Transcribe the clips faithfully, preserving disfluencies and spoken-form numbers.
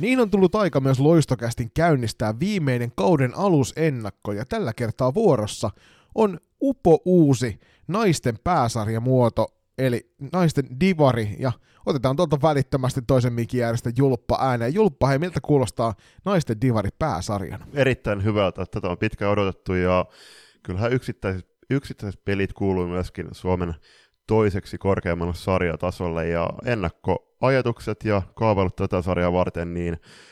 Niin on tullut aika myös Loistokästin käynnistää viimeinen kauden alusennakko, ja tällä kertaa vuorossa on upo uusi naisten pääsarjamuoto, eli naisten divari, ja otetaan tuolta välittömästi toisen mikin äärestä Julppa ääneen. Julppa, hei, miltä kuulostaa naisten divari pääsarjana? Erittäin hyvältä, tätä on pitkään odotettu, ja kyllähän yksittäiset, yksittäiset pelit kuuluu myöskin Suomen toiseksi korkeammalle sarjatasolle, ja ennakkoajatukset ja kaavailut tätä sarjaa varten, niin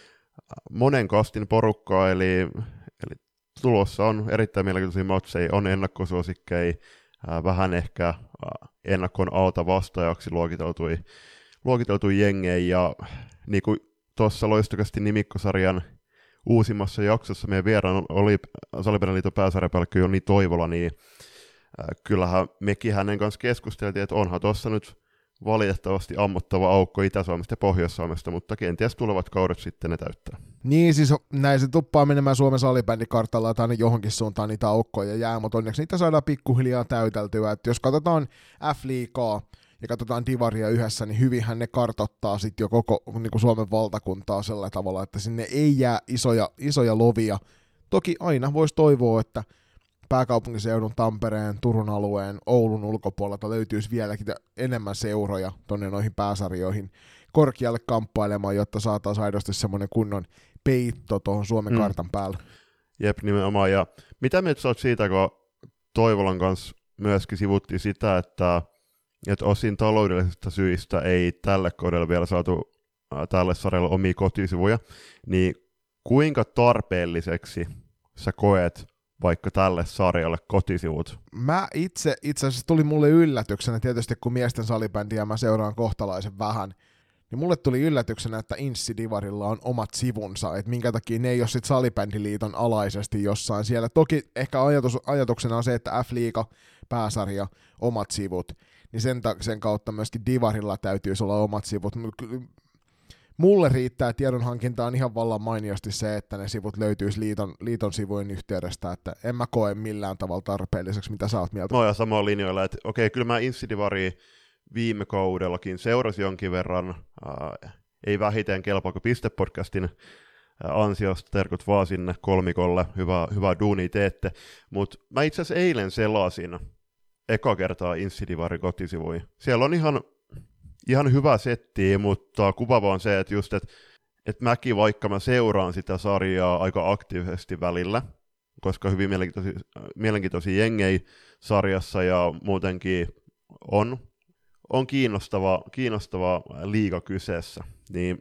monen kastin porukkaa, eli, eli tulossa on erittäin mielenkiintoisia matseja, on ennakkosuosikkeja, vähän ehkä ennakon alta vastaajaksi luokiteltui, luokiteltui jengejä, ja niin kuin tuossa Loistokästin nimikkosarjan uusimmassa jaksossa meidän vieraan oli Salibändiliiton pääsarjapäällikkö Joni Toivola, niin kyllähän mekin hänen kanssa keskusteltiin, että onhan tuossa nyt valitettavasti ammottava aukko Itä-Suomesta ja Pohjois-Suomesta, mutta kenties tulevat kaudet sitten ne täyttää. Niin, siis näin se tuppaa menemään Suomen salibändikartalla, että aina johonkin suuntaan niitä aukkoja jää, mutta onneksi niitä saadaan pikkuhiljaa täyteltyä. Että jos katsotaan F-liigaa ja katsotaan divaria yhdessä, niin hyvinhän ne kartoittaa sitten jo koko niin kuin Suomen valtakuntaa sillä tavalla, että sinne ei jää isoja, isoja lovia. Toki aina voisi toivoa, että pääkaupunkiseudun, Tampereen, Turun alueen, Oulun ulkopuolelta löytyisi vieläkin enemmän seuroja tonne noihin pääsarjoihin korkealle kamppailemaan, jotta saataisiin aidosti semmoinen kunnon peitto tuohon Suomen mm. kartan päälle. Jep, nimenomaan. Ja mitä mieltä sä oot siitä, kun Toivolan kanssa myöskin sivuttiin sitä, että, että osin taloudellisista syistä ei tälle kaudelle vielä saatu äh, tälle sarjalle omia kotisivuja, niin kuinka tarpeelliseksi sä koet vaikka tälle sarjalle kotisivut? Mä itse, itse asiassa tuli mulle yllätyksenä, tietysti kun miesten salibändiä mä seuraan kohtalaisen vähän, niin mulle tuli yllätyksenä, että Inssi-divarilla on omat sivunsa, että minkä takia ne ei ole sit salibändiliiton alaisesti jossain siellä. Toki ehkä ajatus, ajatuksena on se, että F-liiga, pääsarja, omat sivut, niin sen, ta- sen kautta myöskin divarilla täytyisi olla omat sivut. Mulle riittää tiedonhankintaan ihan vallan mainiosti se, että ne sivut löytyisi liiton, liiton sivujen yhteydestä, että en mä koe millään tavalla tarpeelliseksi, mitä sä oot mieltä. No ja samoin linjoilla, että okei, kyllä mä Insidivaria viime kaudellakin seurasin jonkin verran, äh, ei vähiten kelpaako Piste-podcastin äh, ansiosta, terkut vaan sinne kolmikolle, hyvää, hyvää duunia teette, mutta mä itse asiassa eilen selasin eka kertaa Insidivarin kotisivuja. Siellä on ihan Ihan hyvä setti, mutta kuvaava on se, että just, että, että mäkin vaikka mä seuraan sitä sarjaa aika aktiivisesti välillä, koska hyvin mielenkiintoisia, mielenkiintoisia jengejä sarjassa ja muutenkin on, on kiinnostava, kiinnostava liiga kyseessä, niin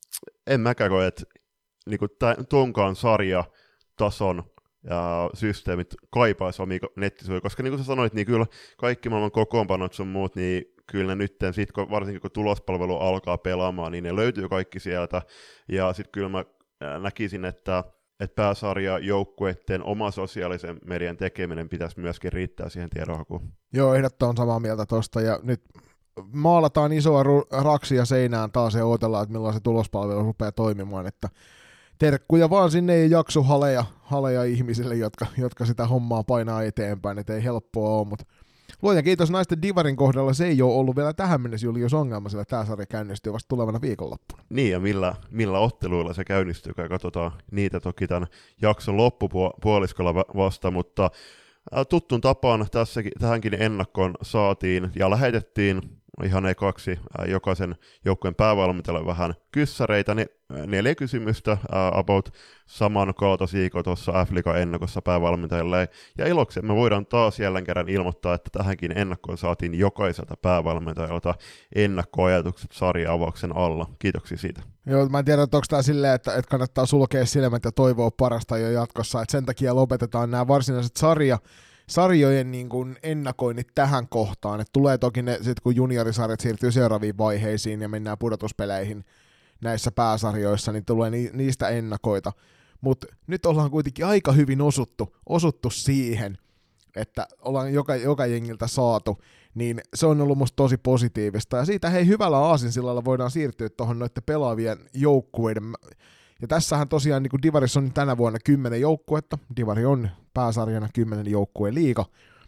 en mäkään koe, että niin tuonkaan sarjatason ja systeemit kaipaisi omia nettisivuja, koska niin kuin sä sanoit, niin kyllä kaikki maailman kokoonpanot sun muut, niin kyllä nyt sit, kun, varsinkin kun tulospalvelu alkaa pelaamaan, niin ne löytyy kaikki sieltä, ja sitten kyllä mä näkisin, että, että pääsarja joukkueiden oma sosiaalisen median tekeminen pitäisi myöskin riittää siihen tiedonhakuun. Joo, ehdottoman samaa mieltä tosta, ja nyt maalataan isoa ru- raksia seinään taas ja odotellaan, että milloin se tulospalvelu rupeaa toimimaan, että terkkuja vaan sinne ei jaksu haleja, haleja ihmisille, jotka, jotka sitä hommaa painaa eteenpäin, että ei helppoa ole, mutta luojan kiitos, naisten divarin kohdalla se ei ole ollut vielä tähän mennessä Julius ongelma, sillä tämä sarja käynnistyy vasta tulevana viikonloppuna. Niin, ja millä, millä otteluilla se käynnistyy, kun katsotaan niitä toki tämän jakson loppupuoliskolla vasta, mutta tuttun tapaan tässäkin, tähänkin ennakkoon saatiin ja lähetettiin ihan ekaksi jokaisen joukkueen päävalmentajalle vähän kyssäreitä, niin neljä kysymystä about samankaltaisia kuin tuossa F-liigan ennakossa päävalmentajalle. Ja iloksemme me voidaan taas jälleen kerran ilmoittaa, että tähänkin ennakkoon saatiin jokaiselta päävalmentajalta ennakkoajatukset sarja-avauksen alla. Kiitoksia siitä. Joo, mä en tiedä, että onko tämä silleen, että, että kannattaa sulkea silmät ja toivoa parasta jo jatkossa, että sen takia lopetetaan nämä varsinaiset sarja sarjojen niin kuin ennakoinnit tähän kohtaan, että tulee toki ne, sit kun juniorisarjat siirtyy seuraaviin vaiheisiin ja mennään pudotuspeleihin näissä pääsarjoissa, niin tulee ni- niistä ennakoita, mutta nyt ollaan kuitenkin aika hyvin osuttu, osuttu siihen, että ollaan joka, joka jengiltä saatu, niin se on ollut musta tosi positiivista, ja siitä hei hyvällä aasinsillalla voidaan siirtyä tuohon noiden pelaavien joukkueiden. Ja tässähän tosiaan niin kuin Divarissa on tänä vuonna kymmenen joukkuetta, Divari on pääsarjana kymmenen joukkueen liiga,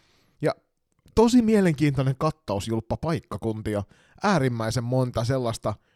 ja tosi mielenkiintoinen kattaus Julppa paikkakuntia, äärimmäisen monta sellaista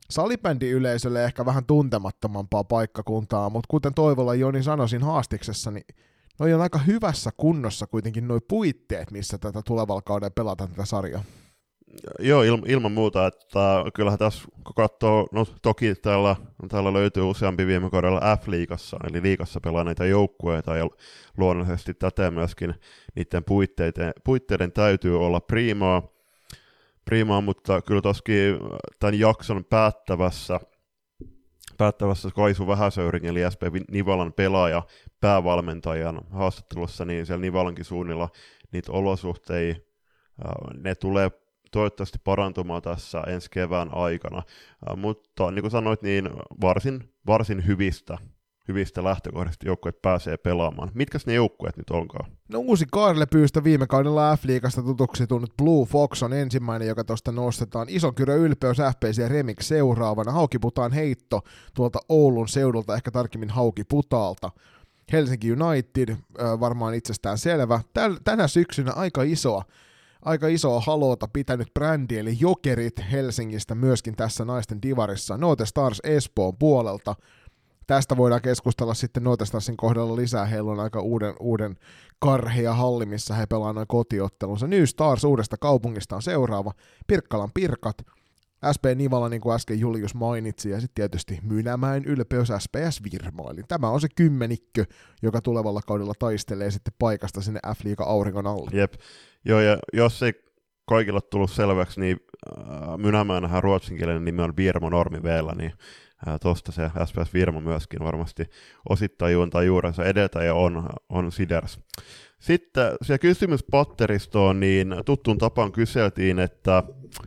salibändiyleisölle ehkä vähän tuntemattomampaa paikkakuntaa, mutta kuten Toivola Joni sanoisin haastiksessa, niin noi on aika hyvässä kunnossa kuitenkin noi puitteet, missä tätä tulevalla kaudella pelataan tätä sarjaa. Joo, il, ilman muuta, että kyllähän tässä kun katsoo, no toki täällä, täällä löytyy useampi viime kaudella F-liigassa, eli liigassa pelaaneita joukkueita, ja luonnollisesti tätä myöskin niiden puitteiden, puitteiden täytyy olla priimaa, priimaa mutta kyllä toskin tämän jakson päättävässä, päättävässä Kaisu Vähäsöyrin, eli S P Nivalan pelaaja päävalmentajan haastattelussa, niin siellä Nivalankin suunnilla niitä olosuhteita, ne tulee toivottavasti parantumaan tässä ensi kevään aikana, uh, mutta niin kuin sanoit, niin varsin, varsin hyvistä, hyvistä lähtökohdista joukkueet pääsee pelaamaan. Mitkäs ne joukkueet nyt onkaan? No uusi Kaarlepyystä viime kaudella F-liigasta tutuksi tunnut Blue Fox on ensimmäinen, joka tuosta nostetaan. Isonkyrö Ylpeys, F P C ja Remix seuraavana. Haukiputaan heitto tuolta Oulun seudulta, ehkä tarkemmin Haukiputaalta. Helsinki United, äh, varmaan itsestään selvä. Täl- tänä syksynä aika isoa. Aika isoa haloota pitänyt brändi, eli Jokerit Helsingistä myöskin tässä naisten divarissa. Note Stars Espoon puolelta. Tästä voidaan keskustella sitten Note Starsin kohdalla lisää. Heillä on aika uuden, uuden karhea halli, missä he pelaa noin kotiottelunsa. New Stars uudesta kaupungista on seuraava. Pirkkalan Pirkat. S P Nivala, niin kuin äsken Julius mainitsi, ja sitten tietysti Mynämäen Ylpeys S P S Virmo. Eli tämä on se kymmenikkö, joka tulevalla kaudella taistelee sitten paikasta sinne F-liiga auringon alle. Jep. Joo, ja jos ei kaikilla tullut selväksi, niin äh, Mynämäenähän ruotsinkielinen nimi on Virmo Normi Veellä, niin äh, tosta se S P S Virmo myöskin varmasti osittain juontaa juurensa edeltäjä on, on Siders. Sitten siellä kysymyspatteristoon, niin tuttuun tapaan kyseltiin, että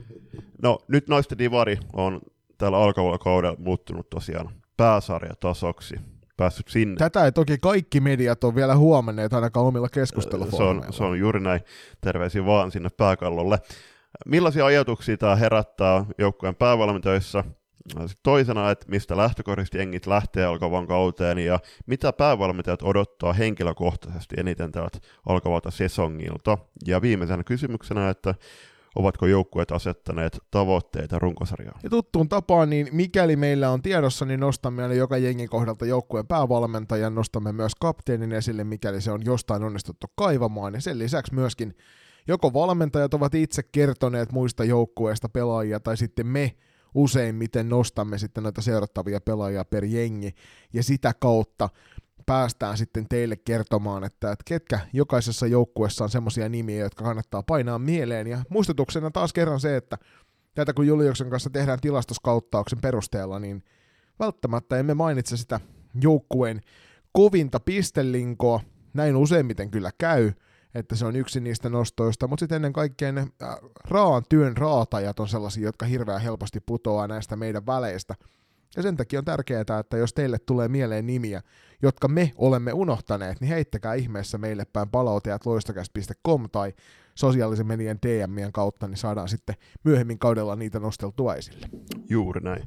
no nyt naisten divari on tällä alkavalla kaudella muuttunut tosiaan pääsarjatasoksi. Päässyt sinne. Tätä ei toki kaikki mediat on vielä huomanneet ainakaan omilla keskustelufoorumeilla. Se on, se on juuri näin. Terveisiä vaan sinne pääkallolle. Millaisia ajatuksia tämä herättää joukkueen päävalmentajissa? Sitten toisena, että mistä lähtökohdista jengit lähtee alkavan kauteen ja mitä päävalmentajat odottaa henkilökohtaisesti eniten tältä alkavalta sesongilta. Ja viimeisenä kysymyksenä, että ovatko joukkueet asettaneet tavoitteita runkosarjaan? Ja tuttuun tapaan, niin mikäli meillä on tiedossa, niin nostamme aina joka jengin kohdalta joukkueen päävalmentajan, nostamme myös kapteenin esille, mikäli se on jostain onnistuttu kaivamaan, ja sen lisäksi myöskin joko valmentajat ovat itse kertoneet muista joukkueista pelaajia, tai sitten me useimmiten nostamme sitten noita seurattavia pelaajia per jengi, ja sitä kautta päästään sitten teille kertomaan, että, että ketkä jokaisessa joukkueessa on semmoisia nimiä, jotka kannattaa painaa mieleen. Ja muistutuksena taas kerran se, että tätä kun Juliuksen kanssa tehdään tilastoskauttauksen perusteella, niin välttämättä emme mainitse sitä joukkueen kovinta pistelinkoa. Näin useimmiten kyllä käy, että se on yksi niistä nostoista, mutta sitten ennen kaikkea ne äh, raan työn raatajat on sellaisia, jotka hirveän helposti putoaa näistä meidän väleistä. Ja sen takia on tärkeää, että jos teille tulee mieleen nimiä, jotka me olemme unohtaneet, niin heittäkää ihmeessä meille päin palautajat loistakäs piste com tai sosiaalisen median D M:ien kautta, niin saadaan sitten myöhemmin kaudella niitä nosteltua esille. Juuri näin.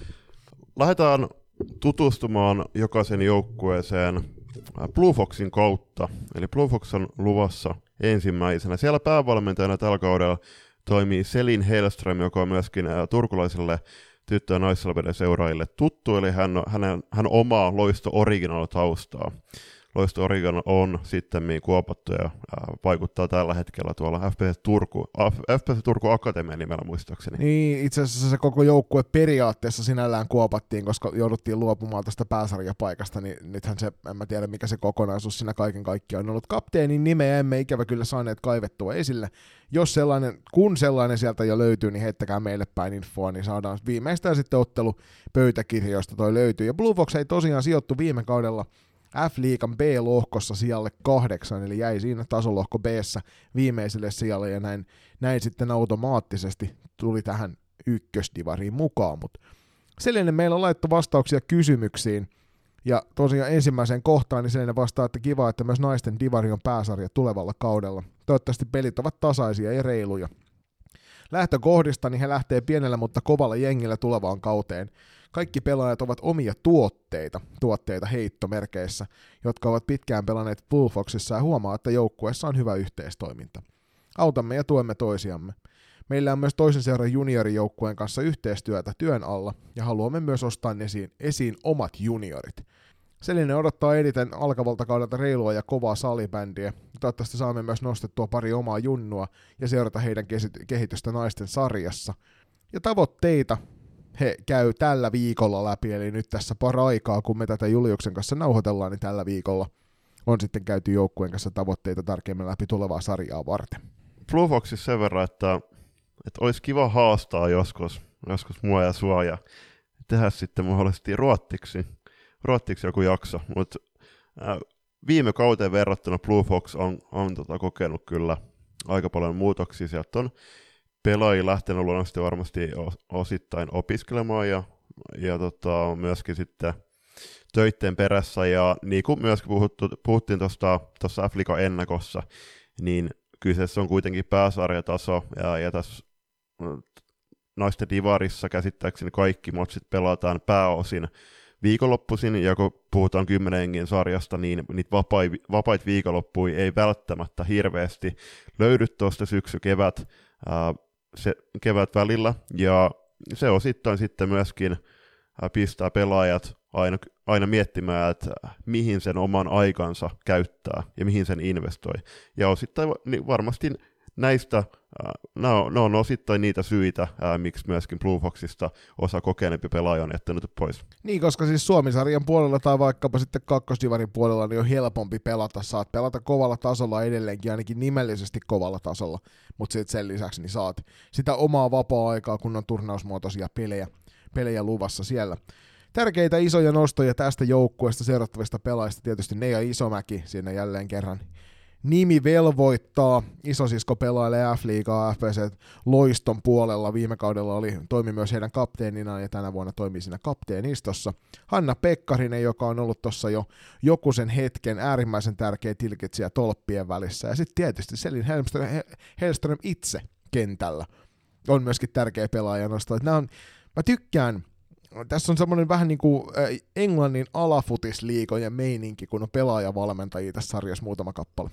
Lähdetään tutustumaan jokaisen joukkueeseen Blue Foxin kautta. Eli Blue Fox on luvassa ensimmäisenä. Siellä päävalmentajana tällä kaudella toimii Selin Hellström, joka on myöskin turkulaiselle tyttö- ja naissalibändin seuraajille tuttu, eli hän, hänen, hän omaa Loisto Original-taustaa. Loisto Original on sitten kuopattu ja ää, vaikuttaa tällä hetkellä tuolla F P S Turku, F P S Turku Akatemian nimellä muistaakseni. Niin, itse asiassa se koko joukkue periaatteessa sinällään kuopattiin, koska jouduttiin luopumaan tästä pääsarjapaikasta, niin nythän se, en mä tiedä mikä se kokonaisuus siinä kaiken kaikkiaan on ollut. Kapteenin nimeä emme ikävä kyllä saaneet kaivettua esille. Jos sellainen, kun sellainen sieltä jo löytyy, niin heittäkää meille päin infoa, niin saadaan viimeistään sitten ottelu pöytäkirjoista toi löytyy. Ja Blue Fox ei tosiaan sijoittu viime kaudella F-liigan B-lohkossa sijalle kahdeksan, eli jäi siinä tasolohko B:ssä viimeiselle sijalle, ja näin, näin sitten automaattisesti tuli tähän ykkösdivariin mukaan. Mutta Selinen meillä on laittu vastauksia kysymyksiin, ja tosiaan ensimmäiseen kohtaan niin Selinen vastaa, että kiva, että myös naisten divari on pääsarja tulevalla kaudella. Toivottavasti pelit ovat tasaisia ja reiluja. Lähtökohdista niin he lähtee pienellä, mutta kovalla jengillä tulevaan kauteen. Kaikki pelaajat ovat omia tuotteita, tuotteita heittomerkeissä, jotka ovat pitkään pelanneet Blue Foxissa ja huomaa, että joukkueessa on hyvä yhteistoiminta. Autamme ja tuemme toisiamme. Meillä on myös toisen seuran juniorijoukkueen kanssa yhteistyötä työn alla, ja haluamme myös ostaa esiin, esiin omat juniorit. Selinen odottaa eniten alkavalta kaudelta reilua ja kovaa salibändiä. Toivottavasti saamme myös nostettua pari omaa junnua ja seurata heidän kehitystä naisten sarjassa. Ja tavoitteita he käy tällä viikolla läpi, eli nyt tässä paraikaa, kun me tätä Juliuksen kanssa nauhoitellaan, niin tällä viikolla on sitten käyty joukkueen kanssa tavoitteita tarkemmin läpi tulevaa sarjaa varten. Blue Foxissa sen verran, että, että olisi kiva haastaa joskus, joskus mua ja sua ja tehdä sitten mahdollisesti ruottiksi, ruottiksi joku jakso, mutta äh, viime kauteen verrattuna Blue Fox on, on tota, kokenut kyllä aika paljon muutoksia. Sieltä on pelaajia lähtenyt luonnollisesti varmasti osittain opiskelemaan ja, ja tota, myöskin sitten töitten perässä, ja niin kuin myöskin puhuttu, puhuttiin tuossa F-liigan ennakossa, niin kyseessä on kuitenkin pääsarjataso, ja, ja tässä naisten divarissa käsittääkseni kaikki matsit pelataan pääosin viikonloppuisin, ja kun puhutaan kymmenen hengin sarjasta, niin niitä vapaita vapait viikonloppuja ei välttämättä hirveästi löydy tuosta syksy-kevät ää, se kevät välillä, ja se osittain sitten myöskin ää, pistää pelaajat aina, aina miettimään, että mihin sen oman aikansa käyttää ja mihin sen investoi. Ja osittain niin varmasti näistä, ne on, ne on osittain niitä syitä, ää, miksi myöskin Blue Foxista osa kokeneempi pelaaja on jättänyt pois. Niin, koska siis Suomi-sarjan puolella tai vaikkapa sitten kakkosdivarin puolella niin on helpompi pelata. Saat pelata kovalla tasolla edelleenkin, ainakin nimellisesti kovalla tasolla, mutta sitten sen lisäksi niin saat sitä omaa vapaa-aikaa, kun on turnausmuotoisia pelejä, pelejä luvassa siellä. Tärkeitä isoja nostoja tästä joukkueesta seurattavista pelaajista tietysti Neija Isomäki, siinä jälleen kerran nimi velvoittaa. Isosisko pelailee F-liigaa F P C Loiston puolella. Viime kaudella oli, toimi myös heidän kapteeninaan ja tänä vuonna toimii siinä kapteenistossa. Hanna Pekkarinen, joka on ollut tuossa jo jokuisen hetken äärimmäisen tärkeä tilkitsijä tolppien välissä. Ja sitten tietysti Selin Hellström, Hellström itse kentällä on myöskin tärkeä pelaaja nostaa. Nämä on, mä tykkään. Tässä on semmoinen vähän niin kuin Englannin alafutisliigojen meininki, kun on pelaajavalmentajia tässä sarjassa muutama kappale.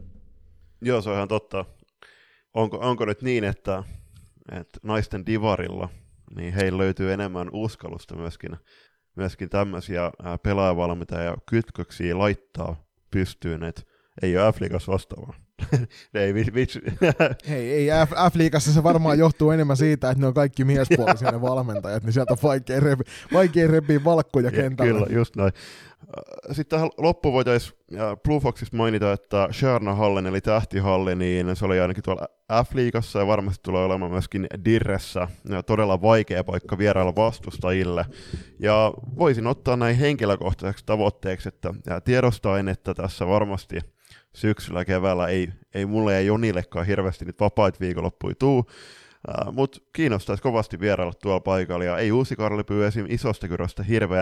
Joo, se on ihan totta. Onko, onko nyt niin, että, että naisten divarilla niin heillä löytyy enemmän uskallusta myöskin, myöskin tämmöisiä pelaajavalmentajia kytköksiä laittaa pystyyn, että ei ole F-liigassa vastaavaa. ei, vitsi. Hei, ei F- F-liigassa se varmaan johtuu enemmän siitä, että ne on kaikki miespuolisia ne valmentajat, niin sieltä on vaikea, repi, vaikea repiä valkkoja kentällä. Kyllä, just näin. Sitten tähän loppuun voitaisiin Blue Foxista mainita, että Sharna Hallen eli Tähtihalli, niin se oli ainakin tuolla F-liigassa ja varmasti tulee olemaan myöskin Dirressä todella vaikea paikka vierailla vastustajille. Ja voisin ottaa näin henkilökohtaiseksi tavoitteeksi, että tiedostaen, että tässä varmasti syksyllä keväällä ei, ei mulle ja Jonillekaan hirveästi nyt vapaita viikonloppuja tuu, uh, mutta kiinnostaisi kovasti vierailla tuolla paikalla, ja ei Uusi-Karleby esim. Isosta Kyröstä hirveän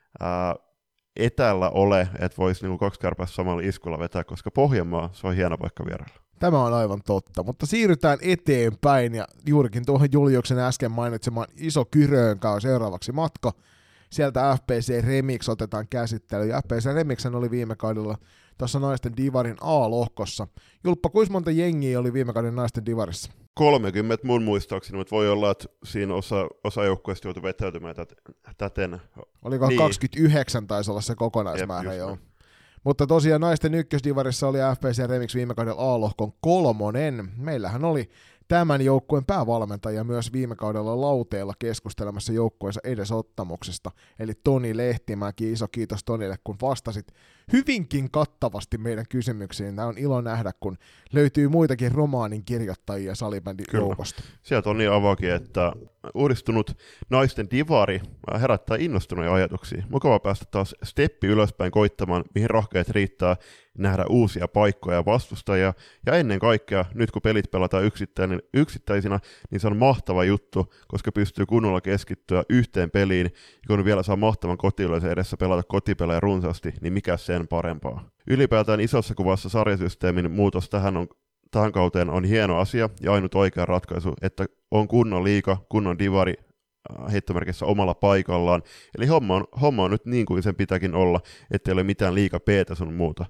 uh, etäällä ole, että voisi niinku kaksi kärpässä samalla iskulla vetää, koska Pohjanmaa, se on hieno paikka vierailla. Tämä on aivan totta, mutta siirrytään eteenpäin, ja juurikin tuohon Juliuksen äsken mainitsemaan Iso Kyröön seuraavaksi matka. Sieltä F P C Remix otetaan käsittelyyn, ja F P C Remixen oli viime kaudella tuossa naisten divarin A-lohkossa. Julppa, kuinka monta jengiä oli viime kauden naisten divarissa? kolmekymmentä mun muistaakseni, mutta voi olla, että siinä osa, osa joukkueesta joutui vetäytymään täten. Oliko niin. kaksikymmentäyhdeksän taisi olla se kokonaismäärä, joo. Mutta tosiaan naisten ykkösdivarissa oli F P C Remix viime kaudella A-lohkon kolmonen. Meillähän oli tämän joukkueen päävalmentaja myös viime kaudella lauteella keskustelemassa joukkueensa edesottamuksesta, eli Toni Lehtimäki. Iso kiitos Tonille, kun vastasit hyvinkin kattavasti meidän kysymyksiin. Tämä on ilo nähdä, kun löytyy muitakin romaanin kirjoittajia salibändin joukosta. Sieltä Toni avaakin, että uudistunut naisten divari herättää innostuneita ajatuksia. Mukava päästä taas steppi ylöspäin koittamaan, mihin rohkeat riittää, nähdä uusia paikkoja ja vastustajia, ja ennen kaikkea, nyt kun pelit pelataan yksittäisinä, niin se on mahtava juttu, koska pystyy kunnolla keskittyä yhteen peliin, ja kun vielä saa mahtavan kotiyleisön edessä pelata kotipelejä runsaasti, niin mikä sen parempaa. Ylipäätään isossa kuvassa sarjasysteemin muutos tähän, on, tähän kauteen on hieno asia, ja ainut oikea ratkaisu, että on kunnon liiga, kunnon divari, heittomerkissä omalla paikallaan. Eli homma on, homma on nyt niin kuin sen pitääkin olla, ettei ole mitään liiga P:tä sun muuta.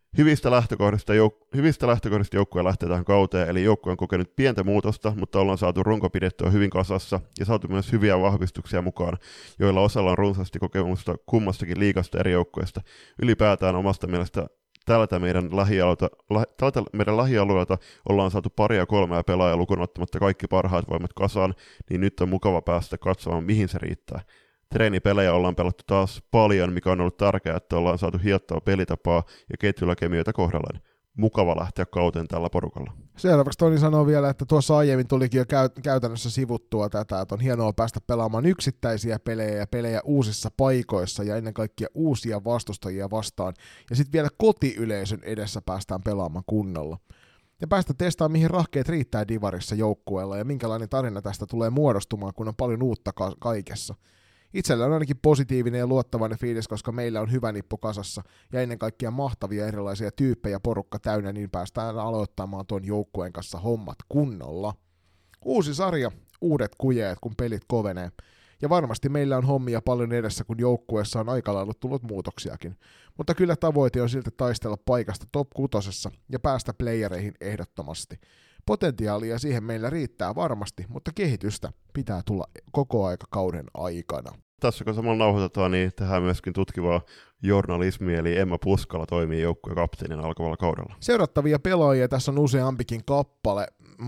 Hyvistä lähtökohdista, jouk- hyvistä lähtökohdista joukkue lähtee tähän kauteen, eli joukkue on kokenut pientä muutosta, mutta ollaan saatu runko pidettyä hyvin kasassa ja saatu myös hyviä vahvistuksia mukaan, joilla osalla on runsaasti kokemusta kummastakin liigasta eri joukkueista. Ylipäätään omasta mielestä tältä meidän lähialueelta, la, tältä meidän lähialueelta ollaan saatu paria kolmea pelaajaa lukuun ottamatta kaikki parhaat voimat kasaan, niin nyt on mukava päästä katsomaan, mihin se riittää. Treenipelejä ollaan pelattu taas paljon, mikä on ollut tärkeää, että ollaan saatu hiottaa pelitapaa ja ketjulakemioita kohdallaan. Mukava lähteä kauteen tällä porukalla. Seuraavaksi Toni sanoo vielä, että tuossa aiemmin tulikin jo käy- käytännössä sivuttua tätä, että on hienoa päästä pelaamaan yksittäisiä pelejä ja pelejä uusissa paikoissa ja ennen kaikkea uusia vastustajia vastaan. Ja sitten vielä kotiyleisön edessä päästään pelaamaan kunnolla. Ja päästä testaamaan, mihin rahkeet riittää Divarissa joukkueella ja minkälainen tarina tästä tulee muodostumaan, kun on paljon uutta ka- kaikessa. Itsellä on ainakin positiivinen ja luottavainen fiilis, koska meillä on hyvä nippu kasassa ja ennen kaikkea mahtavia erilaisia tyyppejä porukka täynnä, niin päästään aloittamaan tuon joukkueen kanssa hommat kunnolla. Uusi sarja, uudet kujeet, kun pelit kovenee. Ja varmasti meillä on hommia paljon edessä, kun joukkueessa on aika lailla tullut muutoksiakin. Mutta kyllä tavoite on silti taistella paikasta top kutosessa ja päästä playereihin ehdottomasti. Potentiaalia siihen meillä riittää varmasti, mutta kehitystä pitää tulla koko aika kauden aikana. Tässä kun samalla nauhoitetaan, niin tehdään myöskin tutkivaa journalismia, eli Emma Puskala toimii joukkueen kapteenina alkavalla kaudella. Seurattavia pelaajia tässä on useampikin kappale.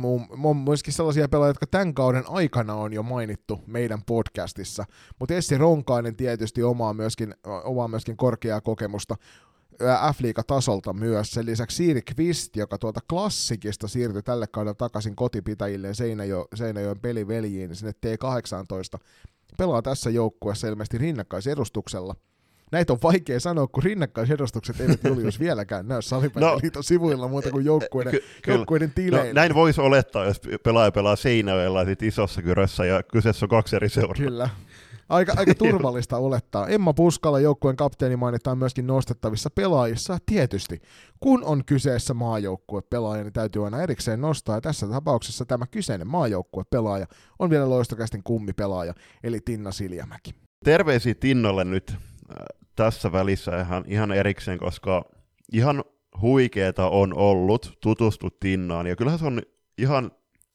On myöskin sellaisia pelaajia, jotka tämän kauden aikana on jo mainittu meidän podcastissa, mutta Essi Ronkainen tietysti omaa myöskin, omaa myöskin korkeaa kokemusta F-liiga-tasolta myös. Sen lisäksi Siiri Kvist, joka tuolta klassikista siirtyi tälle kaudelle takaisin kotipitäjilleen Seinäjo- Seinäjoen peliveljiin sinne T kahdeksantoista, pelaa tässä joukkueessa ilmeisesti rinnakkaisedustuksella. Näitä on vaikea sanoa, kun rinnakkaisedustukset eivät Julius vieläkään näy Salibändiliiton no, sivuilla muuta kuin joukkueiden, ky- joukkueiden tileillä. No, näin voisi olettaa, jos pelaaja pelaa Seinäjoella isossa kyrössä ja kyseessä on kaksi eri seuraa. Kyllä. Aika, aika turvallista olettaa. Emma Puskala, joukkueen kapteeni, mainitaan myöskin nostettavissa pelaajissa. Tietysti, kun on kyseessä maajoukkuepelaaja, niin täytyy aina erikseen nostaa. Ja tässä tapauksessa tämä kyseinen maajoukkuepelaaja on vielä loistokästin kummipelaaja, eli Tinna Siljamäki. Terveisiä Tinnalle nyt äh, tässä välissä ihan, ihan erikseen, koska ihan huikeeta on ollut tutustua Tinnaan. Ja kyllähän se on ihan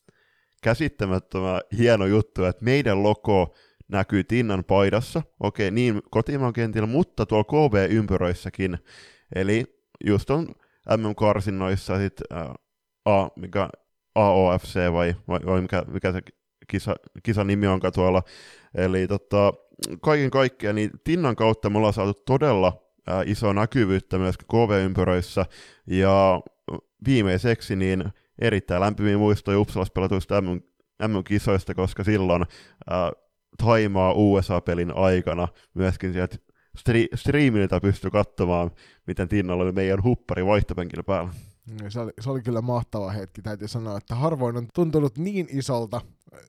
käsittämättömän hieno juttu, että meidän logo näkyy Tinnan paidassa, okei, niin kotimaan kentillä, mutta tuolla K B-ympyröissäkin, eli just on M M-karsinnoissa sit, ä, A, mikä, A O F C vai, vai, vai mikä, mikä se kisa, kisan nimi onkaan tuolla, eli tota, kaiken kaikkiaan, niin Tinnan kautta me ollaan saatu todella ä, isoa näkyvyyttä myös K B-ympyröissä, ja viimeiseksi niin erittäin lämpimiä muistoja Uppsalassa pelatuista M M-kisoista, koska silloin ä, Thaimaa U S A-pelin aikana myöskin sieltä stri- striimiltä pystyi katsomaan, miten Tinnalla oli meidän huppari vaihtopenkillä päällä. Se oli, se oli kyllä mahtava hetki, täytyy sanoa, että harvoin on tuntunut niin isolta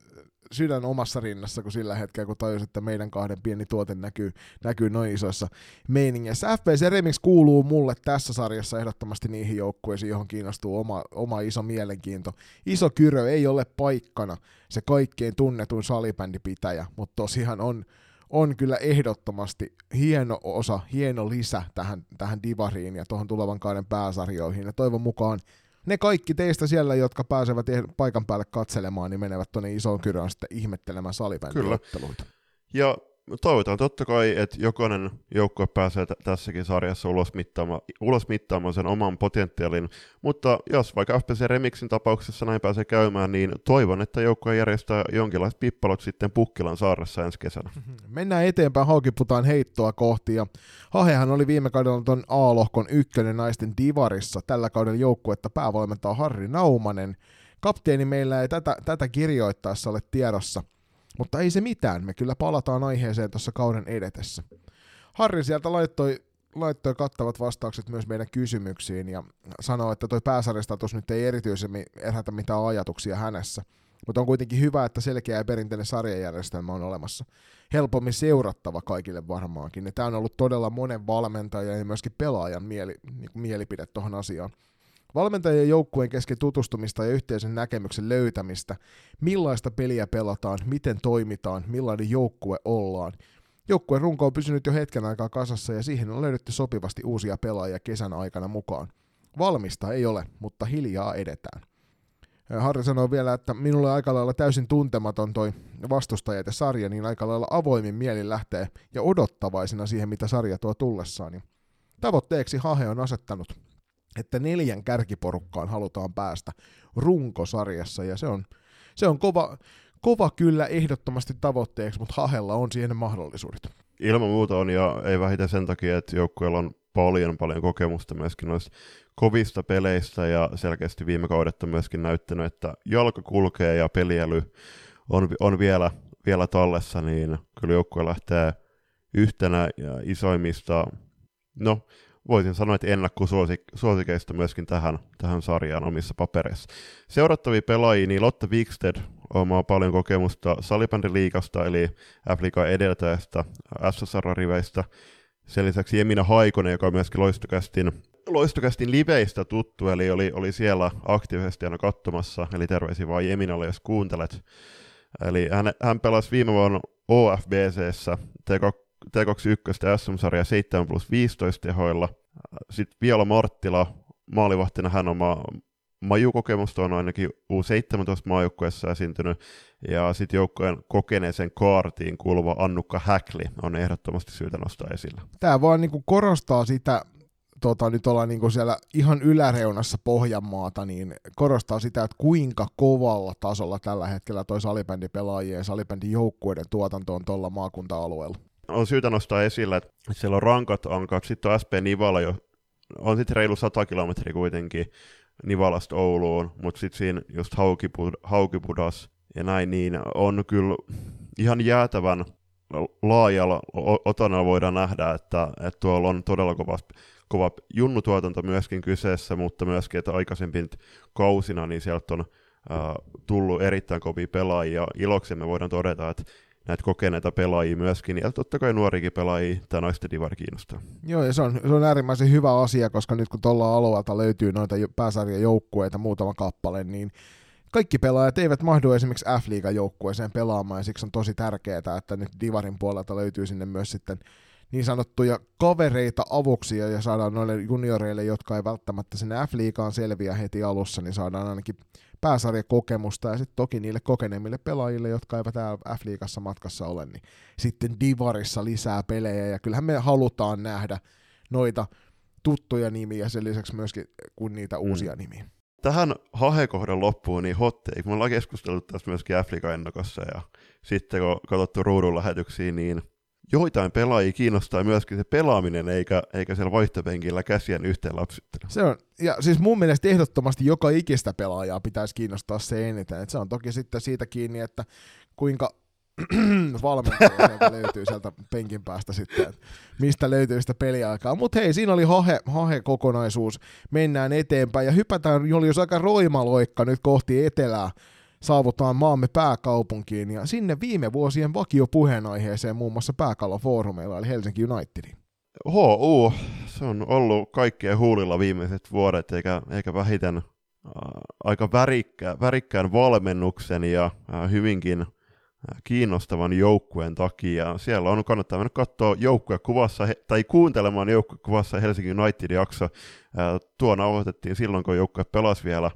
sydän omassa rinnassa kuin sillä hetkellä, kun tajus, että meidän kahden pieni tuote näkyy, näkyy noin isoissa meiningeissä. F P C Remix kuuluu mulle tässä sarjassa ehdottomasti niihin joukkueisiin, johon kiinnostuu oma, oma iso mielenkiinto. Iso Kyrö ei ole paikkana se kaikkein tunnetuin salibändipitäjä, mutta tosiaan on, on kyllä ehdottomasti hieno osa, hieno lisä tähän, tähän divariin ja tuohon tulevan kauden pääsarjoihin. Ja toivon mukaan ne kaikki teistä siellä, jotka pääsevät paikan päälle katselemaan, niin menevät tuonne isoon Kyröön sitten ihmettelemään salibändiotteluita. Ja toivotaan totta kai, että jokainen joukkue pääsee t- tässäkin sarjassa ulos mittaamaan, ulos mittaamaan sen oman potentiaalin, mutta jos vaikka F P C Remixin tapauksessa näin pääsee käymään, niin toivon, että joukkue järjestää jonkinlaiset pippalot sitten Pukkilan saaressa ensi kesänä. Mennään eteenpäin Haukiputaan heittoa kohti, ja Hahehan oli viime kaudella tuon A-lohkon ykkönen naisten divarissa. Tällä kaudella joukkuetta päävalmentaa Harri Naumanen. Kapteeni meillä ei tätä, tätä kirjoittaessa ole tiedossa. Mutta ei se mitään, me kyllä palataan aiheeseen tuossa kauden edetessä. Harri sieltä laittoi, laittoi kattavat vastaukset myös meidän kysymyksiin ja sanoi, että toi pääsarjastatus nyt ei erityisemmin herätä mitään ajatuksia hänessä. Mutta on kuitenkin hyvä, että selkeä ja perinteinen sarjajärjestelmä on olemassa. Helpommin seurattava kaikille varmaankin. Ja tämä on ollut todella monen valmentajan ja myöskin pelaajan mieli, niin kuin mielipide tuohon asiaan. Valmentajien ja joukkueen kesken tutustumista ja yhteisen näkemyksen löytämistä, millaista peliä pelataan, miten toimitaan, millainen joukkue ollaan. Joukkueen runko on pysynyt jo hetken aikaa kasassa ja siihen on löydetty sopivasti uusia pelaajia kesän aikana mukaan. Valmista ei ole, mutta hiljaa edetään. Harri sanoi vielä, että minulle aika lailla täysin tuntematon toi vastustajat ja sarja, niin aika lailla avoimin mielin lähtee ja odottavaisina siihen, mitä sarja tuo tullessaan. Niin tavoitteeksi Hahe on asettanut, että neljän kärkiporukkaan halutaan päästä runkosarjassa, ja se on, se on kova, kova kyllä ehdottomasti tavoitteeksi, mutta Hahella on siihen mahdollisuudet. Ilman muuta on, ja ei vähiten sen takia, että joukkueella on paljon paljon kokemusta myöskin noista kovista peleistä, ja selkeästi viime kaudet on myöskin näyttänyt, että jalka kulkee ja peliäly on, on vielä, vielä tallessa, niin kyllä joukkue lähtee yhtenä isoimmista, no voisin sanoa, että ennakkosuosikeista myöskin tähän, tähän sarjaan omissa papereissa. Seurattavia pelaajia, niin Lotte Wikstedt omaa paljon kokemusta salibändiliigasta, eli F-liigan edeltäjästä, S S R-riveistä. Sen lisäksi Emina Haikonen, joka on myöskin Loistokästin, Loistokästin liveistä tuttu, eli oli, oli siellä aktiivisesti aina katsomassa, eli terveisiä vaan Eminalle, jos kuuntelet. Eli hän, hän pelasi viime vuonna O F B C:ssä T kaksikymmentäyksi S M-sarja seitsemän plus viisitoista tehoilla. Sitten Viola Marttila, maalivahtina hän on ma- majukokemusta, on ainakin U seitsemäntoista maajoukkueessa esiintynyt, ja sitten joukkueen kokeneeseen kaartiin kuuluva Annukka Häkli on ehdottomasti syytä nostaa esille. Tämä vaan niinku korostaa sitä, tota, nyt ollaan niinku siellä ihan yläreunassa Pohjanmaata, niin korostaa sitä, että kuinka kovalla tasolla tällä hetkellä toi salibändipelaajien ja salibändijoukkueiden tuotanto on tuolla maakunta-alueella. On syytä nostaa esille, että siellä on rankat ankat, sitten on S P Nivala, jo, on sitten reilu sata kilometriä kuitenkin Nivalasta Ouluun, mutta sitten siinä just Haukipud, Haukipudas ja näin, niin on kyllä ihan jäätävän laajalla otannalla voidaan nähdä, että, että tuolla on todella kova, kova junnutuotanto myöskin kyseessä, mutta myöskin, että aikaisempin kausina niin sieltä on äh, tullut erittäin kovia pelaajia. Iloksemme voidaan todeta, että näitä kokeneita pelaajia myöskin, ja totta kai nuorikin pelaajia tämä naisten divari kiinnostaa. Joo, ja se on, se on äärimmäisen hyvä asia, koska nyt kun tuolla alueelta löytyy noita pääsarjan joukkueita muutama kappale, niin kaikki pelaajat eivät mahdu esimerkiksi F-liigan joukkueeseen pelaamaan, ja siksi on tosi tärkeää, että nyt divarin puolelta löytyy sinne myös sitten niin sanottuja kavereita avuksia, ja saadaan noille junioreille, jotka ei välttämättä sinne F-liigaan selviä heti alussa, niin saadaan ainakin pääsarjakokemusta, ja sitten toki niille kokeneemmille pelaajille, jotka eivät täällä F-liigassa matkassa ole, niin sitten divarissa lisää pelejä, ja kyllähän me halutaan nähdä noita tuttuja nimiä, sen lisäksi myöskin kuin niitä uusia mm. nimiä. Tähän Hahe-kohdan loppuun, niin hot take. Me ollaan keskustellut tästä myöskin F-liigan ennakossa, ja sitten kun katsottu ruudun lähetyksiä, niin joitain pelaajia kiinnostaa myöskin se pelaaminen, eikä, eikä siellä vaihtopenkillä käsien yhteen lapsittelu. Se on, ja siis mun mielestä ehdottomasti joka ikistä pelaajaa pitäisi kiinnostaa se eniten. Et se on toki sitten siitä kiinni, että kuinka valmentaja sieltä löytyy sieltä penkin päästä sitten, että mistä löytyy sitä peliaikaa. Mutta hei, siinä oli hahe, hahe-kokonaisuus. Mennään eteenpäin ja hypätään Julius aika roimaloikka nyt kohti etelää. Saavutaan maamme pääkaupunkiin ja sinne viime vuosien vakiopuheenaiheeseen muun muassa pääkallofoorumeilla eli Helsinki Unitediin. H U, se on ollut kaikkien huulilla viimeiset vuodet eikä, eikä vähiten äh, aika värikkä, värikkään valmennuksen ja äh, hyvinkin äh, kiinnostavan joukkueen takia. Siellä on kannattaa mennä katsoa joukkuekuvassa tai kuuntelemaan joukkuekuvassa Helsinki Unitedin jakso. Äh, tuo nauhoitettiin silloin, kun joukkue pelasi vielä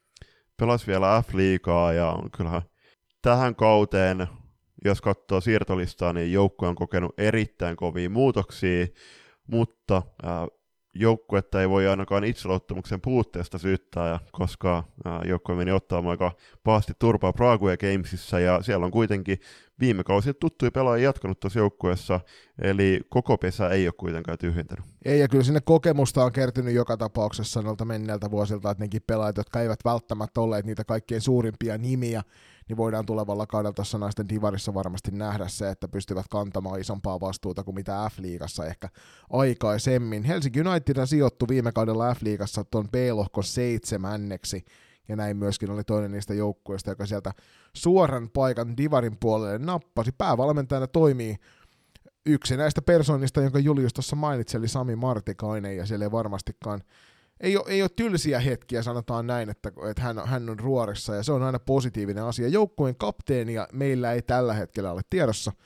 Pelasi vielä F-liigaa, ja kyllähän tähän kauteen, jos katsoo siirtolistaa, niin joukkue on kokenut erittäin kovia muutoksia, mutta ää, joukkuetta ei voi ainakaan itseluottamuksen puutteesta syyttää, koska ää, joukkue meni ottamaan aika pahasti turpaa Prague Gamesissa, ja siellä on kuitenkin viime kausia tuttuja pelaajia jatkanut tuossa joukkueessa, eli koko pesä ei ole kuitenkaan tyhjentänyt. Ei, ja kyllä sinne kokemusta on kertynyt joka tapauksessa noilta menneiltä vuosilta, että nekin pelaajat, jotka eivät välttämättä olleet niitä kaikkein suurimpia nimiä, niin voidaan tulevalla kaudella tuossa naisten divarissa varmasti nähdä se, että pystyvät kantamaan isompaa vastuuta kuin mitä F-liigassa ehkä aikaisemmin. Helsinki United sijoittui viime kaudella F-liigassa tuon B-lohkon seitsemänneksi, ja näin myöskin oli toinen niistä joukkueista, joka sieltä suoran paikan divarin puolelle nappasi. Päävalmentajana toimii yksi näistä persoonista, jonka Julius tuossa mainitsi, eli Sami Martikainen, ja siellä ei varmastikaan, ei ole, ei ole tylsiä hetkiä, sanotaan näin, että, että hän, hän on ruorissa, ja se on aina positiivinen asia. Joukkueen kapteenia meillä ei tällä hetkellä ole tiedossa,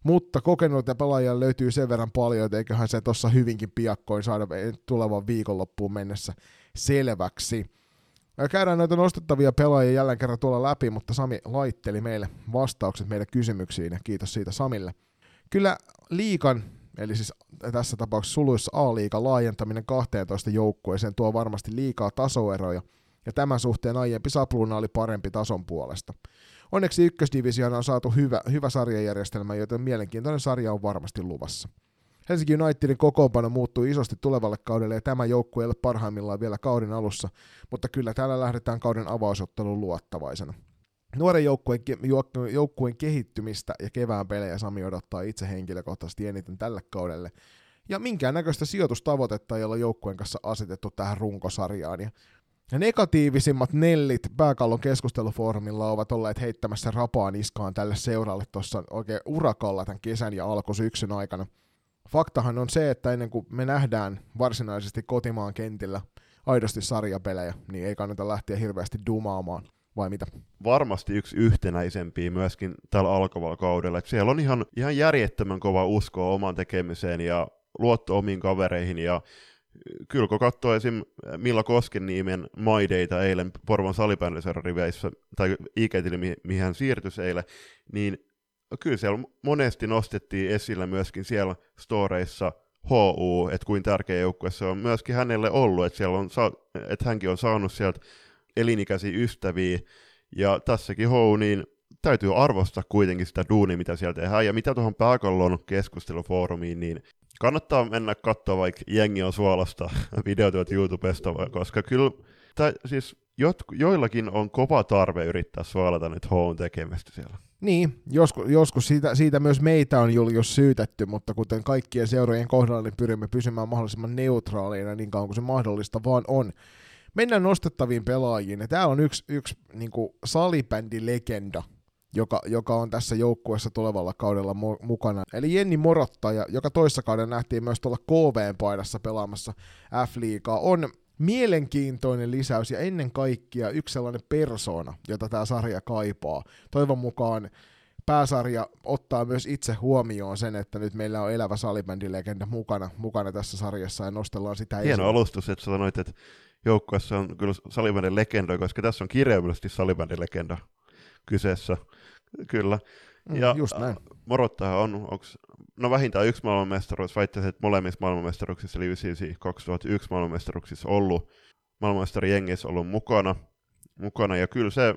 mutta kokeneita pelaajia löytyy sen verran paljon, että eiköhän se tuossa hyvinkin piakkoin saada tulevan viikonloppuun mennessä selväksi. Käydään näitä nostettavia pelaajia jälleen kerran tuolla läpi, mutta Sami laitteli meille vastaukset meidän kysymyksiin, ja kiitos siitä Samille. Kyllä liigan, eli siis tässä tapauksessa suluissa A-liigan laajentaminen kahteentoista joukkueeseen tuo varmasti liikaa tasoeroja, ja tämän suhteen aiempi sapluuna oli parempi tason puolesta. Onneksi ykkösdivisioona on saatu hyvä, hyvä sarjajärjestelmä, joten mielenkiintoinen sarja on varmasti luvassa. Helsinki Unitedin kokoonpano muuttui isosti tulevalle kaudelle, ja tämä joukkue ei ole parhaimmillaan vielä kauden alussa, mutta kyllä täällä lähdetään kauden avausottelun luottavaisena. Nuoren joukkueen, joukkueen kehittymistä ja kevään pelejä Sami odottaa itse henkilökohtaisesti eniten tälle kaudelle, ja minkäännäköistä sijoitustavoitetta ei ole joukkueen kanssa asetettu tähän runkosarjaan. Ja Ja negatiivisimmat nellit Pääkallon keskustelufoorumilla ovat olleet heittämässä rapaa niskaan tälle seuralle tuossa oikein urakalla tämän kesän ja alkusyksyn aikana. Faktahan on se, että ennen kuin me nähdään varsinaisesti kotimaan kentillä aidosti sarjapelejä, niin ei kannata lähteä hirveästi dumaamaan, vai mitä? Varmasti yksi yhtenäisempiä myöskin tällä alkavalla kaudella. Et siellä on ihan, ihan järjettömän kova usko oman tekemiseen ja luotto omiin kavereihin, ja kyllä kun katsoo esim. Milla Koskenniemen maideita eilen Porvon salibändiseuran riveissä, tai I G-tili, mi- mihin hän siirtyi eilen, niin kyllä siellä monesti nostettiin esillä myöskin siellä storeissa H U, että kuin tärkeä joukkue se on myöskin hänelle ollut, että, siellä on sa- että hänkin on saanut sieltä elinikäisiä ystäviä, ja tässäkin H U, niin täytyy arvostaa kuitenkin sitä duunia, mitä siellä tehdään, ja mitä tuohon Pääkallon keskustelufoorumiin, niin kannattaa mennä katsoa, vaikka jengi on suolasta videotyöt YouTubesta, koska kyllä tai, siis jot, joillakin on kova tarve yrittää suolata nyt H U:n tekemistä siellä. Niin, joskus, joskus siitä, siitä myös meitä on Julius syytetty, mutta kuten kaikkien seurojen kohdalla, niin pyrimme pysymään mahdollisimman neutraaleina niin kauan kuin se mahdollista vaan on. Mennään nostettaviin pelaajiin, ja täällä on yksi, yksi niin kuin salibändilegenda, joka, joka on tässä joukkueessa tulevalla kaudella mo- mukana. Eli Jenni Morottaja, joka toissa kauden nähtiin myös tuolla K V-paidassa pelaamassa F-liigaa, on mielenkiintoinen lisäys ja ennen kaikkea yksi sellainen persoona, jota tämä sarja kaipaa. Toivon mukaan pääsarja ottaa myös itse huomioon sen, että nyt meillä on elävä salibändilegenda mukana, mukana tässä sarjassa ja nostellaan sitä Hieno esille. alustus, että sanoit, että joukkueessa on kyllä salibändin legenda, koska tässä on kirjaimellisesti salibändin legenda kyseessä. Kyllä. Mm, ja just näin. Morottaja on, onks, no vähintään yksi maailmanmestaruus, väittäisin, että molemmissa maailmanmestaruuksissa, eli vissiin kaksituhattayksi maailmanmestaruuksissa ollut, maailmanmestarijengissä ollut mukana, mukana, ja kyllä se,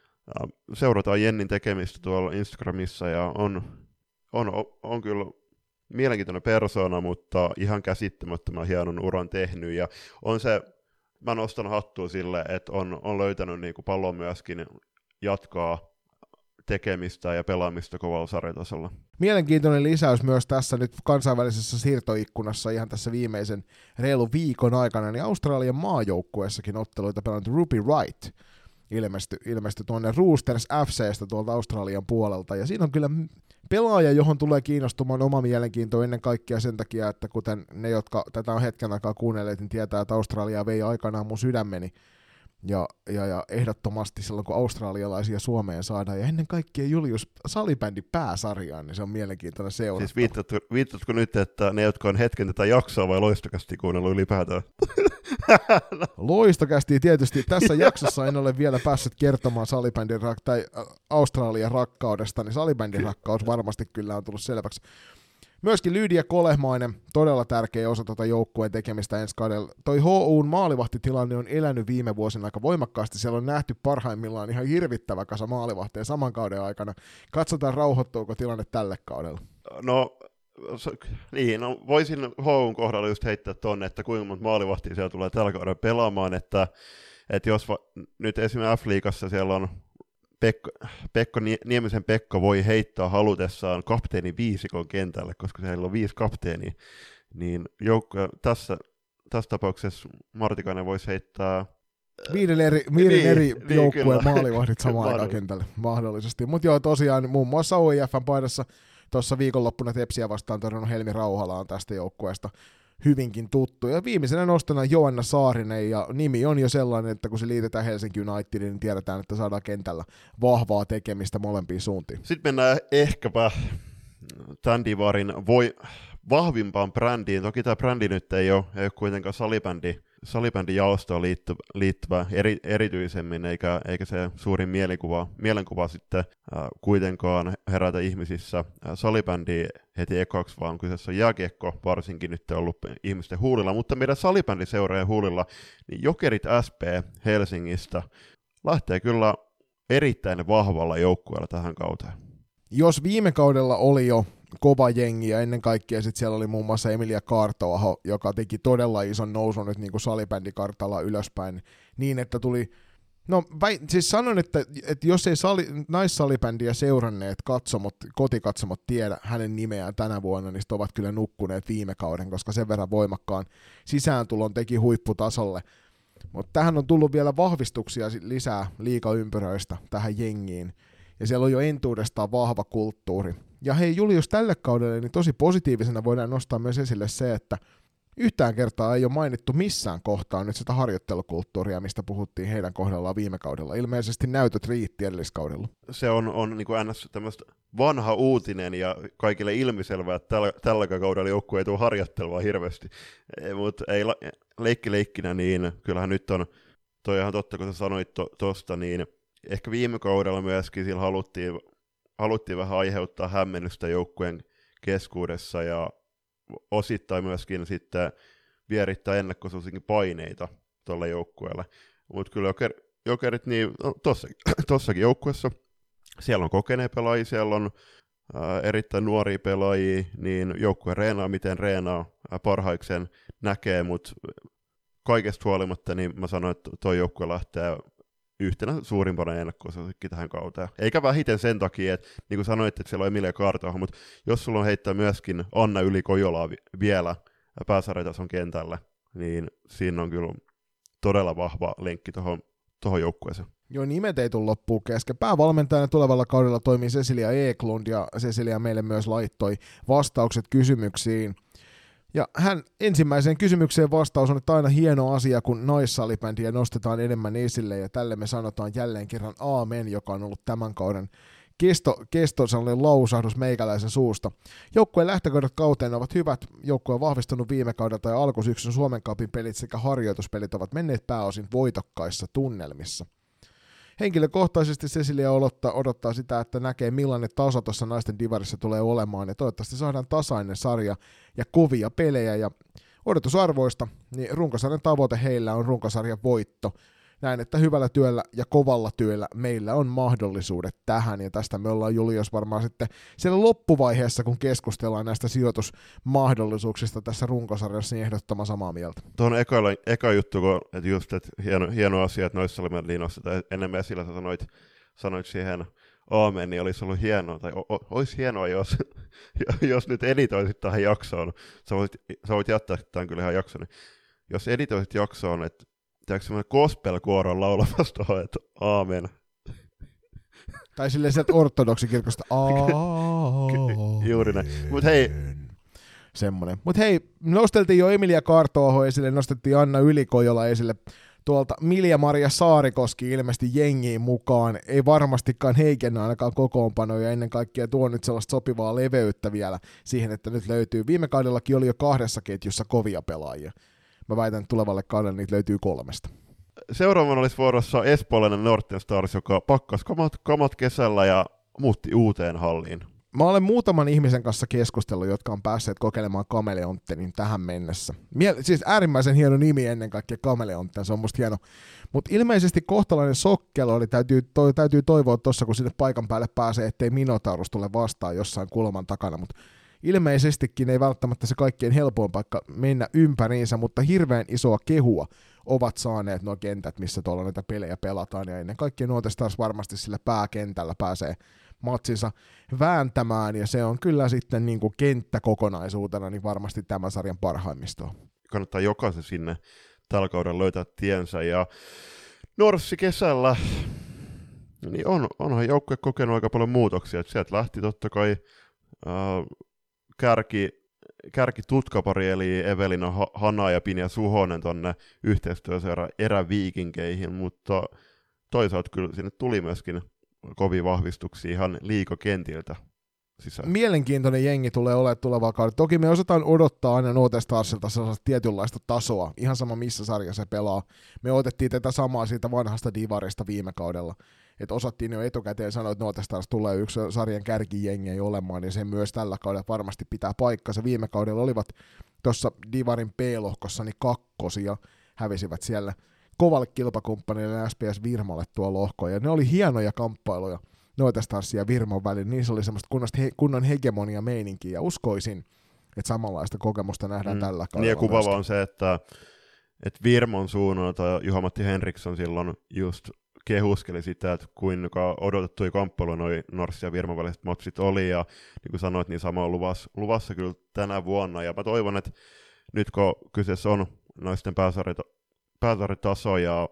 seurataan Jennin tekemistä tuolla Instagramissa, ja on, on, on kyllä mielenkiintoinen persoona, mutta ihan käsittämättömän hienon uran tehnyt, ja on se, mä nostan hattua sille, että on, on löytänyt niin kuin pallon myöskin jatkaa tekemistä ja pelaamista kovalla sarjatasolla. Mielenkiintoinen lisäys myös tässä nyt kansainvälisessä siirtoikkunassa ihan tässä viimeisen reilun viikon aikana, niin Australian maajoukkueessakin otteluita pelannut Ruby Wright ilmestyi, ilmestyi tuonne Roosters F C:stä tuolta Australian puolelta, ja siinä on kyllä pelaaja, johon tulee kiinnostumaan oma mielenkiinto ennen kaikkea sen takia, että kuten ne, jotka tätä on hetken aikaa kuunnelleet, niin tietää, että Australia vei aikanaan mun sydämeni, Ja, ja, ja ehdottomasti silloin, kun australialaisia Suomeen saadaan, ja ennen kaikkea Julius salibändi pääsarjaan, niin se on mielenkiintoinen seurata. Siis viittatko, viittatko nyt, että ne, jotka on hetken tätä jaksoa vai loistokasti kuunnellut ylipäätään? Loistokästi tietysti. Tässä jaksossa en ole vielä päässyt kertomaan salibändin rak- tai Australian rakkaudesta, niin salibändin rakkaus varmasti kyllä on tullut selväksi. Myöskin Lydia Kolehmainen, todella tärkeä osa tuota joukkueen tekemistä ensi kaudella. Toi H U:n maalivahtitilanne on elänyt viime vuosina aika voimakkaasti. Siellä on nähty parhaimmillaan ihan hirvittävä kasa maalivahteja saman kauden aikana. Katsotaan, rauhoittuuko tilanne tälle kaudella. No, niin, no voisin H U:n kohdalla just heittää tonne, että kuinka monta maalivahtia siellä tulee tällä kaudella pelaamaan, että, että jos va- nyt esimerkiksi F-liigassa siellä on Pekko, Pekko Niemisen Pekka voi heittää halutessaan kapteeni viisikon kentälle, koska siellä on viisi kapteenia, niin joukko, tässä, tässä tapauksessa Martikainen voisi heittää Viiden eri, viiden niin, eri niin, joukkueen kyllä. maalivahdit samaan aikaan kentälle mahdollisesti. Mutta joo, tosiaan muun muassa O I F:n paidassa tuossa viikonloppuna Tepsiä vastaan todennut Helmi Rauhala on tästä joukkueesta hyvinkin tuttu. Ja viimeisenä nostona Joanna Saarinen, ja nimi on jo sellainen, että kun se liitetään Helsinki Unitediin, niin tiedetään, että saadaan kentällä vahvaa tekemistä molempiin suuntiin. Sitten mennään ehkäpä tämän divarin voi, vahvimpaan brändiin. Toki tämä brändi nyt ei ole, ei ole kuitenkaan salibändi, salibändijaostoon liitty, liittyvä eri, erityisemmin, eikä, eikä se suurin mielikuva, mielenkuva sitten äh, kuitenkaan herätä ihmisissä äh, salibändiä heti ekaksi, vaan kyseessä on jääkiekko, varsinkin nyt ollut ihmisten huulilla, mutta meidän salibändiseuraajan huulilla, niin Jokerit S P Helsingistä lähtee kyllä erittäin vahvalla joukkueella tähän kauteen. Jos viime kaudella oli jo kova jengi ja ennen kaikkea sit siellä oli muun muassa Emilia Kaartoaho, joka teki todella ison nousun nyt niin kuin salibändikartalla ylöspäin niin, että tuli, no väi, siis sanon, että, että jos ei sali, naissalibändiä seuranneet katsomot, kotikatsomot tiedä hänen nimeään tänä vuonna, niin ovat kyllä nukkuneet viime kauden, koska sen verran voimakkaan sisääntulon teki huipputasolle. Mutta tähän on tullut vielä vahvistuksia lisää liigaympyröistä tähän jengiin. Ja siellä on jo entuudestaan vahva kulttuuri. Ja hei Julius, tälle kaudelle niin tosi positiivisena voidaan nostaa myös esille se, että yhtään kertaa ei ole mainittu missään kohtaa nyt sitä harjoittelukulttuuria, mistä puhuttiin heidän kohdallaan viime kaudella. Ilmeisesti näytöt riitti edelliskaudella. Se on, on niin kuin ns. Tämmöistä vanha uutinen ja kaikille ilmiselvää, että tällä, tällä kaudella joukkue ei tule harjoittelua hirveästi. Mutta ei la, leikki leikkinä, niin kyllähän nyt on, toi ihan totta, kun sä sanoit tuosta, to, niin ehkä viime kaudella myöskin sillä haluttiin, haluttiin vähän aiheuttaa hämmennystä joukkueen keskuudessa ja osittain myöskin sitten vierittää ennakkosuosinkin paineita tuolle joukkueelle. Mutta kyllä joker, jokerit, niin no, tossakin, tossakin joukkueessa, siellä on kokeneet pelaajia, siellä on ää, erittäin nuoria pelaajia, niin joukkue reenaa, miten reenaa ää, parhaikseen näkee, mutta kaikesta huolimatta niin mä sanoin, että tuo joukkue lähtee yhtenä suurimpana ennakkosuosikki tähän kauteen. Eikä vähiten sen takia, että niin kuin sanoit, että siellä on Emilia Kaartoaho, mutta jos sulla on heittää myöskin Anna Yli-Kojolaa vielä pääsarjatason kentällä, niin siinä on kyllä todella vahva lenkki tuohon tohon joukkueeseen. Joo, nimet ei tule loppuun kesken. Päävalmentajana tulevalla kaudella toimii Cecilia Eklund, ja Cecilia meille myös laittoi vastaukset kysymyksiin. Ja hän ensimmäiseen kysymykseen vastaus on, että aina hieno asia, kun naissalibändiä nostetaan enemmän esille, ja tälle me sanotaan jälleen kerran aamen, joka on ollut tämän kauden kesto, kesto sellainen lausahdus meikäläisen suusta. Joukkueen lähtökohdat kauteen ovat hyvät, joukkue on vahvistunut viime kaudelta ja alkusyksyn Suomen Cupin pelit sekä harjoituspelit ovat menneet pääosin voitokkaissa tunnelmissa. Henkilökohtaisesti Cecilia odottaa, odottaa sitä, että näkee millainen taso tuossa naisten divarissa tulee olemaan, ja toivottavasti saadaan tasainen sarja ja kovia pelejä, ja odotusarvoista, niin runkosarjan tavoite heillä on runkosarjan voitto. Näin, että hyvällä työllä ja kovalla työllä meillä on mahdollisuudet tähän, ja tästä me ollaan Julius varmaan sitten siellä loppuvaiheessa, kun keskustellaan näistä sijoitusmahdollisuuksista tässä runkosarjassa, niin ehdottoman samaa mieltä. Tuohon eka, eka juttu, kun, että just, että hieno, hieno asia, että noissa oli nostetaan enemmän esillä, sä sanoit, sanoit siihen aamen, niin olisi ollut hienoa, tai o, o, olisi hienoa, jos, jos nyt editoisit tähän jaksoon, sä voit, sä voit jättää tämän kyllä ihan jakson, niin jos editoisit jaksoon, että tehdäänkö semmoinen gospel-kuoron laulamassa tuohon, että aamen. Tai silleen sieltä ortodoksikirkosta aamen. Juuri näin. Mut hei. Semmoinen. Mut hei, nosteltiin jo Emilia Kaartoaho esille, nostettiin Anna Yli-Kojola esille. Tuolta Milja-Maria Saarikoski ilmeisesti jengiin mukaan. Ei varmastikaan heikennä ainakaan kokoonpanoja, ja ennen kaikkea tuo nyt sellaista sopivaa leveyttä vielä siihen, että nyt löytyy. Viime kaudellakin oli jo kahdessa ketjussa kovia pelaajia. Mä väitän, että tulevalle kaudelle niitä löytyy kolmesta. Seuraavana olisi vuorossa espoolainen Northern Stars, joka pakkas kamat, kamat kesällä ja muutti uuteen halliin. Mä olen muutaman ihmisen kanssa keskustellut, jotka on päässeet kokeilemaan Kameleonttenin tähän mennessä. Miel- siis äärimmäisen hieno nimi ennen kaikkea Kameleontten, se on musta hieno. Mutta ilmeisesti kohtalainen sokkelo, eli täytyy, to- täytyy toivoa tuossa, kun sinne paikan päälle pääsee, ettei Minotaurus tule vastaan jossain kulman takana, mutta ilmeisestikin ei välttämättä se kaikkein helpoin paikka mennä ympäriinsä, mutta hirveän isoa kehua ovat saaneet nuo kentät, missä tuolla näitä pelejä pelataan, ja ennen kaikkea Northern Stars varmasti sillä pääkentällä pääsee matsinsa vääntämään, ja se on kyllä sitten niin kuin kenttäkokonaisuutena niin varmasti tämän sarjan parhaimmistoa. Kannattaa jokaisen sinne tällä kaudella löytää tiensä, ja Norssi kesällä, niin on, onhan joukkue kokenut aika paljon muutoksia, että sieltä lähti totta kai äh, kärki, kärki tutkapari, eli Evelina Hanna ja Pinja Suhonen tonne yhteistyöseura eräviikinkeihin, mutta toisaalta kyllä sinne tuli myöskin kovia vahvistuksia ihan liigakentiltä. sisään. Mielenkiintoinen jengi tulee olemaan tulevaa kaudella. Toki me osataan odottaa aina Northern Starsilta sellaista tietynlaista tasoa, ihan sama missä sarja se pelaa. Me otettiin tätä samaa siitä vanhasta divarista viime kaudella, että osattiin jo etukäteen sanoa, että Northern Stars tulee yksi sarjan kärkijengiä olemaan, ja se myös tällä kaudella varmasti pitää paikkansa. Viime kaudella olivat tuossa divarin B-lohkossa niin kakkosia, hävisivät siellä kovalle kilpakumppanille S P S Virmalle tuo lohko, ja ne oli hienoja kamppailuja Northern Starsin ja Virmon välillä. Niissä oli semmoista he, kunnon hegemonia meininkiä, ja uskoisin, että samanlaista kokemusta nähdään mm. tällä kaudella. Niin ja kuvaava on se, että, että Virmon suunnalta Juha-Matti Henriksson silloin just kehuskeli sitä, että kuinka odotettuja kamppailuja noi Norss ja Virman väliset matsit oli, ja niin kuin sanoit, niin sama on luvassa, luvassa kyllä tänä vuonna, ja mä toivon, että nyt kun kyseessä on naisten pääsarjataso ja,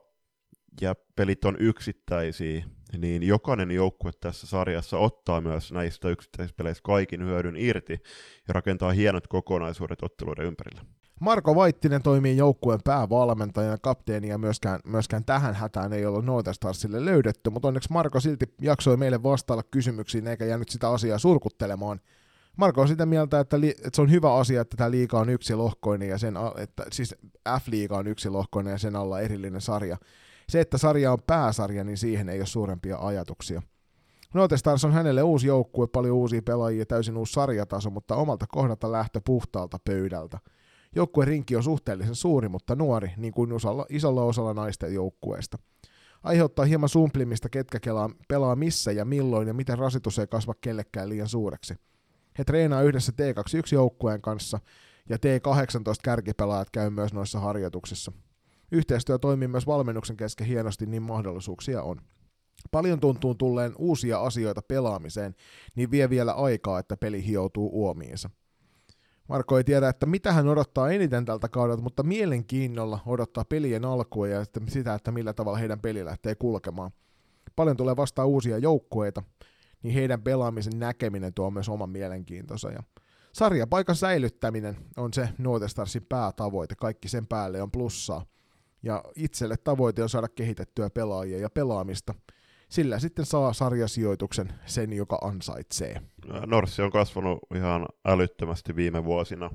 ja pelit on yksittäisiä, niin jokainen joukkue tässä sarjassa ottaa myös näistä yksittäispeleissä kaikin hyödyn irti ja rakentaa hienot kokonaisuudet otteluiden ympärillä. Marko Vaittinen toimii joukkueen päävalmentajana, kapteeni, ja myöskään, myöskään tähän hätään ei ollut Northern Starsille löydetty, mutta onneksi Marko silti jaksoi meille vastailla kysymyksiin eikä jäänyt sitä asiaa surkuttelemaan. Marko on sitä mieltä, että, li, että se on hyvä asia, että tämä liiga on yksilohkoinen, ja sen, että, siis F-liiga on yksilohkoinen ja sen alla erillinen sarja. Se, että sarja on pääsarja, niin siihen ei ole suurempia ajatuksia. Northern Stars on hänelle uusi joukkue, paljon uusia pelaajia, täysin uusi sarjataso, mutta omalta kohdalta lähtö puhtaalta pöydältä. Joukkueen rinki on suhteellisen suuri, mutta nuori, niin kuin osalla, isolla osalla naisten joukkueesta. Aiheuttaa hieman sumplimista, ketkä kelaa, pelaa missä ja milloin, ja miten rasitus ei kasva kellekään liian suureksi. He treenaa yhdessä T kaksikymmentäyksi-joukkueen kanssa, ja T kahdeksantoista kärkipelaajat käy myös noissa harjoituksissa. Yhteistyö toimii myös valmennuksen kesken hienosti, niin mahdollisuuksia on. Paljon tuntuu tulleen uusia asioita pelaamiseen, niin vie vielä aikaa, että peli hioutuu uomiinsa. Marko ei tiedä, että mitä hän odottaa eniten tältä kaudelta, mutta mielenkiinnolla odottaa pelien alkua ja sitä, että millä tavalla heidän peli lähtee kulkemaan. Paljon tulee vastaan uusia joukkueita, niin heidän pelaamisen näkeminen tuo myös oman mielenkiintonsa. Ja sarjapaikan säilyttäminen on se Northern Starsin päätavoite, kaikki sen päälle on plussaa. Ja itselle tavoite on saada kehitettyä pelaajia ja pelaamista. Sillä sitten saa sarjasijoituksen sen, joka ansaitsee. Norssi on kasvanut ihan älyttömästi viime vuosina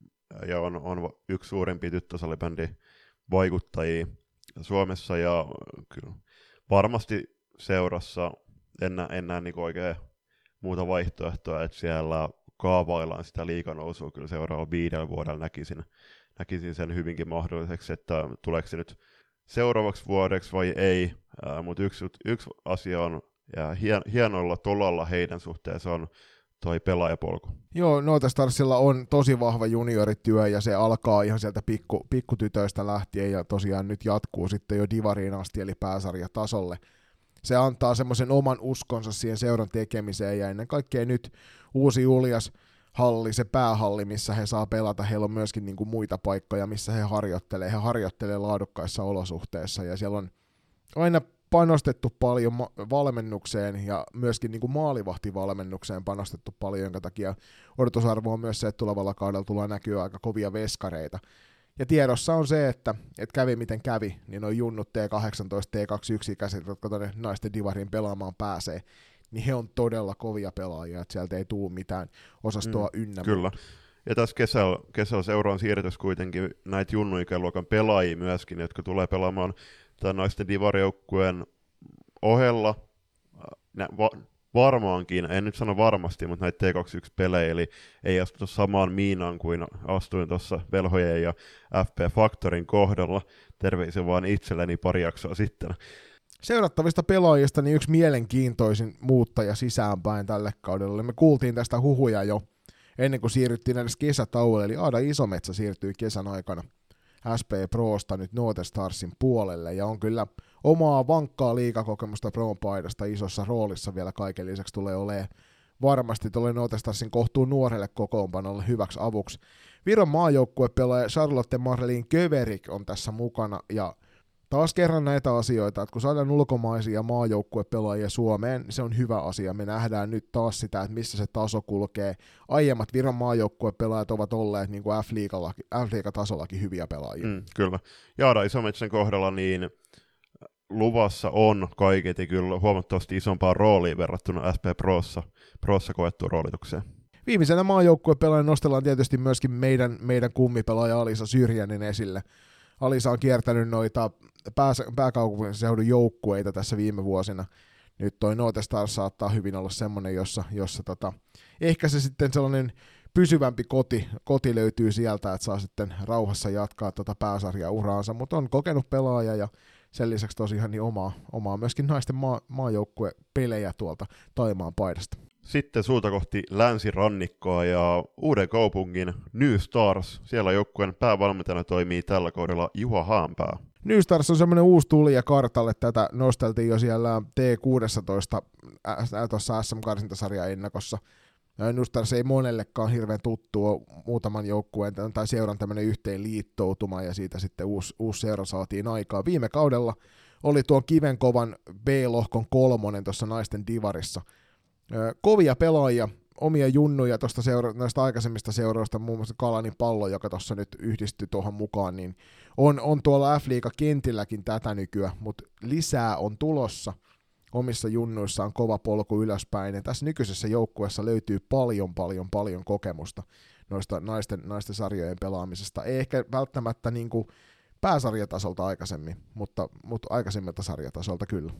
ja on, on yksi suurimpia tyttösalibändin vaikuttajia Suomessa, ja kyllä varmasti seurassa en näe, en näe niin oikein muuta vaihtoehtoa, että siellä kaavaillaan sitä liiganousua kyllä seuraavalla viidellä vuodella näkisin, näkisin sen hyvinkin mahdolliseksi, että tuleeko se nyt seuraavaksi vuodeksi vai ei, äh, mutta yksi, yksi asia on, ja hien, hienolla tolalla heidän suhteessa on toi pelaajapolku. Joo, Northern Starsilla on tosi vahva juniorityö, ja se alkaa ihan sieltä pikku, pikkutytöistä lähtien, ja tosiaan nyt jatkuu sitten jo divariin asti, eli pääsarjatasolle. Se antaa semmoisen oman uskonsa siihen seuran tekemiseen, ja ennen kaikkea nyt uusi Uljas halli, se päähalli, missä he saa pelata. Heillä on myöskin niin kuin muita paikkoja, missä he harjoittelee. He harjoittelee laadukkaissa olosuhteissa, ja siellä on aina panostettu paljon ma- valmennukseen ja myöskin niin kuin maalivahtivalmennukseen panostettu paljon, jonka takia odotusarvo on myös se, että tulevalla kaudella tulee näkyä aika kovia veskareita. Ja tiedossa on se, että, että kävi miten kävi, niin on junnut T kahdeksantoista, T kaksikymmentäyksi-ikäiset, jotka tuonne naisten divarin pelaamaan pääsee, niin he on todella kovia pelaajia, että sieltä ei tule mitään osastoa mm, ynnä. Kyllä. Ja tässä kesällä, kesällä seuraan siirretys kuitenkin näitä junnuikäluokan pelaajia myöskin, jotka tulee pelaamaan tämän naisten divarijoukkueen ohella. Nä, va, varmaankin, en nyt sano varmasti, mutta näitä T kaksikymmentäyksi-pelejä, eli ei astuta samaan miinaan kuin astuin tuossa velhojen ja F P Factorin kohdalla. Terveisiä vaan itselleni pari jaksoa sitten. Seurattavista pelaajista niin yksi mielenkiintoisin muuttaja sisäänpäin tälle kaudelle. Me kuultiin tästä huhuja jo ennen kuin siirryttiin edes kesätauolle, eli Aada Isometsä siirtyi kesän aikana S P Prosta nyt Northern Starsin puolelle, ja on kyllä omaa vankkaa liigakokemusta Pro-paidasta isossa roolissa vielä kaiken lisäksi tulee olemaan varmasti tulee Northern Starsin kohtuun nuorelle kokoonpanolle hyväksi avuksi. Viron maajoukkuepelaaja Charlotte Marlene Köverik on tässä mukana, ja taas kerran näitä asioita, että kun saadaan ulkomaisia maajoukkuepelaajia Suomeen, se on hyvä asia. Me nähdään nyt taas sitä, että missä se taso kulkee. Aiemmat Viron maajoukkuepelaajat ovat olleet niin kuin F-liigatasollakin hyviä pelaajia. Mm, kyllä. Jaada Isometsän kohdalla niin luvassa on kaiketi kyllä huomattavasti isompaa roolia verrattuna S P Prossa, Prossa koettuun roolitukseen. Viimeisenä maajoukkuepelaajan nostellaan tietysti myöskin meidän, meidän kummipelaaja Alisa Syrjänen esille. Alisa on kiertänyt noita pää, pääkaupunkiseudun joukkueita tässä viime vuosina. Nyt toi Note Stars saattaa hyvin olla semmoinen, jossa, jossa tota, ehkä se sitten sellainen pysyvämpi koti, koti löytyy sieltä, että saa sitten rauhassa jatkaa tota pääsarjauraansa, mutta on kokenut pelaaja ja sen lisäksi tosiaan niin omaa, omaa myöskin naisten maa, maajoukkuepelejä tuolta Taimaan paidasta. Sitten suuta kohti länsirannikkoa ja uuden kaupungin New Stars. Siellä joukkueen päävalmentajana toimii tällä kaudella Juha Haanpää. New Stars on semmoinen uusi tulija kartalle. Tätä nosteltiin jo siellä T kuusitoista tuossa S M-karsintasarjan ennakossa. New Stars ei monellekaan hirveän tuttu ole muutaman joukkueen tai seuran tämmöinen yhteen liittoutuma ja siitä sitten uusi, uusi seura saatiin aikaa. Viime kaudella oli tuon kivenkovan B-lohkon kolmonen tuossa naisten divarissa. Kovia pelaajia, omia junnuja tuosta seura- näistä aikaisemmista seuroista, muun muassa Kalanin Pallo, joka tuossa nyt yhdistyi tuohon mukaan, niin on, on tuolla F-liiga-kentilläkin tätä nykyään, mutta lisää on tulossa. Omissa junnuissa on kova polku ylöspäin, ja tässä nykyisessä joukkueessa löytyy paljon, paljon, paljon kokemusta noista naisten, naisten sarjojen pelaamisesta. Ei ehkä välttämättä niin kuin pääsarjatasolta aikaisemmin, mutta, mutta aikaisemmilta sarjatasolta kyllä.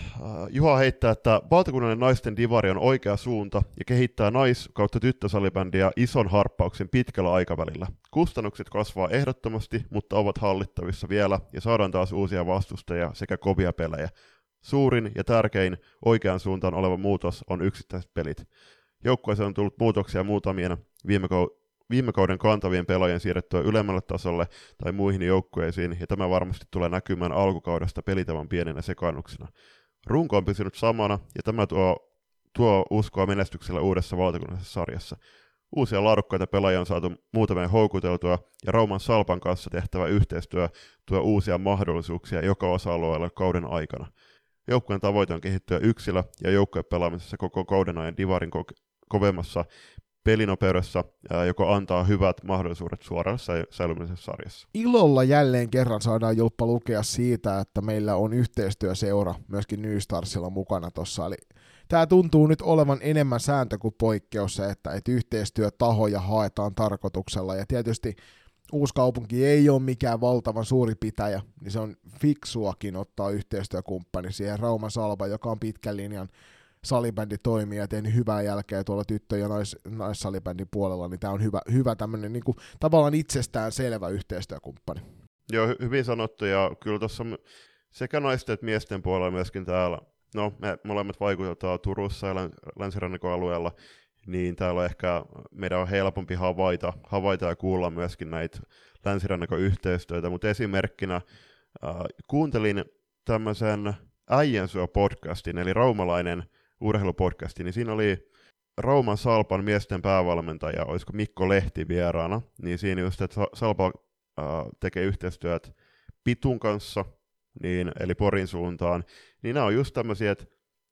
Juha heittää, että valtakunnallinen naisten divari on oikea suunta ja kehittää nais- kautta tyttösalibändiä ison harppauksen pitkällä aikavälillä. Kustannukset kasvaa ehdottomasti, mutta ovat hallittavissa vielä ja saadaan taas uusia vastustajia sekä kovia pelejä. Suurin ja tärkein oikean suuntaan oleva muutos on yksittäiset pelit. Joukkueeseen on tullut muutoksia muutamien viime, kau- viime kauden kantavien pelaajien siirrettyä ylemmälle tasolle tai muihin joukkueisiin, ja tämä varmasti tulee näkymään alkukaudesta pelitavan pienenä sekaannuksena. Runko on pysynyt samana, ja tämä tuo, tuo uskoa menestyksellä uudessa valtakunnallisessa sarjassa. Uusia laadukkaita pelaajia on saatu muutamia houkuteltua, ja Rauman Salpan kanssa tehtävä yhteistyö tuo uusia mahdollisuuksia joka osa-alueella kauden aikana. Joukkueen tavoite on kehittyä yksilö- ja joukkueen pelaamisessa koko kauden ajan divarin ko- kovemmassa pelinopeudessa, joka antaa hyvät mahdollisuudet suoraan säilymisessä sarjassa. Ilolla jälleen kerran saadaan Julppa lukea siitä, että meillä on yhteistyöseura myöskin New Starsilla mukana tuossa. Eli tämä tuntuu nyt olevan enemmän sääntö kuin poikkeus se, että, että yhteistyötahoja haetaan tarkoituksella. Ja tietysti Uusikaupunki ei ole mikään valtavan suuri pitäjä, niin se on fiksuakin ottaa yhteistyökumppani siihen. Rauman Salpa, joka on pitkän linjan salibänditoimija ja tehnyt hyvää jälkeä tuolla tyttö- ja nais, naissalibändin puolella, niin tämä on hyvä, hyvä tämmöinen niin kuin, tavallaan itsestään selvä yhteistyökumppani. Joo, hy- hyvin sanottu, ja kyllä tuossa sekä naisten että miesten puolella myöskin täällä, no me molemmat vaikutetaan Turussa ja länsirannikon alueella, niin täällä on ehkä meidän on helpompi havaita, havaita ja kuulla myöskin näitä länsirannikon yhteistyötä, mutta esimerkkinä äh, kuuntelin tämmöisen Äijänsuo-podcastin, eli raumalainen urheilupodcasti, niin siinä oli Rauman Salpan miesten päävalmentaja, olisiko Mikko Lehti vieraana, niin siinä just, että Salpa äh, tekee yhteistyöt Pitun kanssa, niin, eli Porin suuntaan, niin nämä on just tämmöisiä, että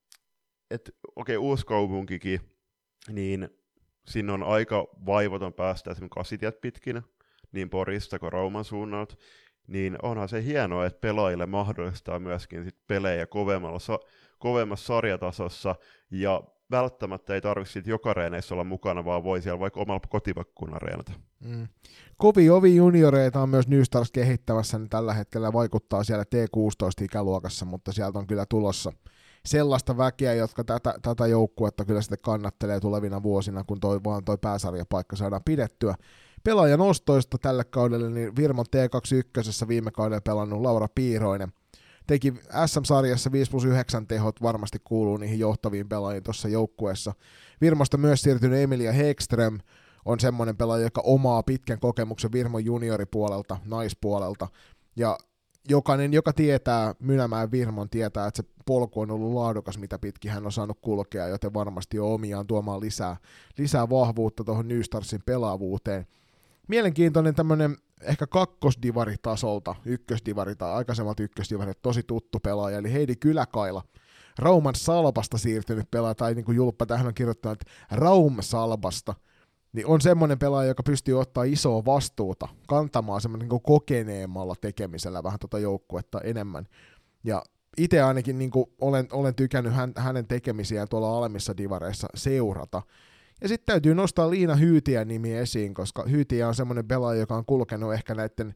et, okei, okay, Uusikaupunkikin, niin sinne on aika vaivaton päästä esimerkiksi kasitiet pitkin, niin Porista kuin Rauman suunnalta, niin onhan se hienoa, että pelaajille mahdollistaa myöskin sit pelejä kovemmalla, sa- kovemmassa sarjatasossa, ja välttämättä ei tarvitse joka reeneissä olla mukana, vaan voi siellä vaikka omalla kotipaikkakunnan reenata. Mm. Kovi ovi junioreita on myös New Stars kehittämässä, niin tällä hetkellä vaikuttaa siellä T kuusitoista ikäluokassa, mutta sieltä on kyllä tulossa sellaista väkeä, jotka tätä, tätä joukkuetta kyllä sitten kannattelee tulevina vuosina, kun toi, vaan toi pääsarjapaikka saadaan pidettyä. Pelaajan ostoista tälle kaudelle, niin Virmon T kaksikymmentäyksi viime kaudella pelannut Laura Piiroinen. Teki S M-sarjassa viisi plus yhdeksän tehot, varmasti kuuluu niihin johtaviin pelaajiin tuossa joukkueessa. Virmosta myös siirtynyt Emilia Hekström on semmoinen pelaaja, joka omaa pitkän kokemuksen Virmon junioripuolelta, naispuolelta. Ja jokainen, joka tietää Mynämäen Virmon, tietää, että se polku on ollut laadukas, mitä pitkin hän on saanut kulkea, joten varmasti on omiaan tuomaan lisää, lisää vahvuutta tuohon New Starsin pelaavuuteen. Mielenkiintoinen tämmöinen ehkä kakkosdivaritasolta, ykkösdivari tai aikaisemmat ykkösdivarit, tosi tuttu pelaaja, eli Heidi Kyläkaila, Rauman Salpasta siirtynyt pelaaja, tai niin kuin Julppa tähän on kirjoittanut, Raum Salpasta, niin on semmoinen pelaaja, joka pystyy ottaa isoa vastuuta, kantamaan semmoinen niin kokeneemmalla tekemisellä vähän tuota joukkuetta enemmän. Ja itse ainakin niin kuin olen, olen tykännyt hän, hänen tekemisiään tuolla alemmissa divareissa seurata. Ja sitten täytyy nostaa Liina Hyytiän nimi esiin, koska Hyytiä on semmoinen pelaaja, joka on kulkenut ehkä näiden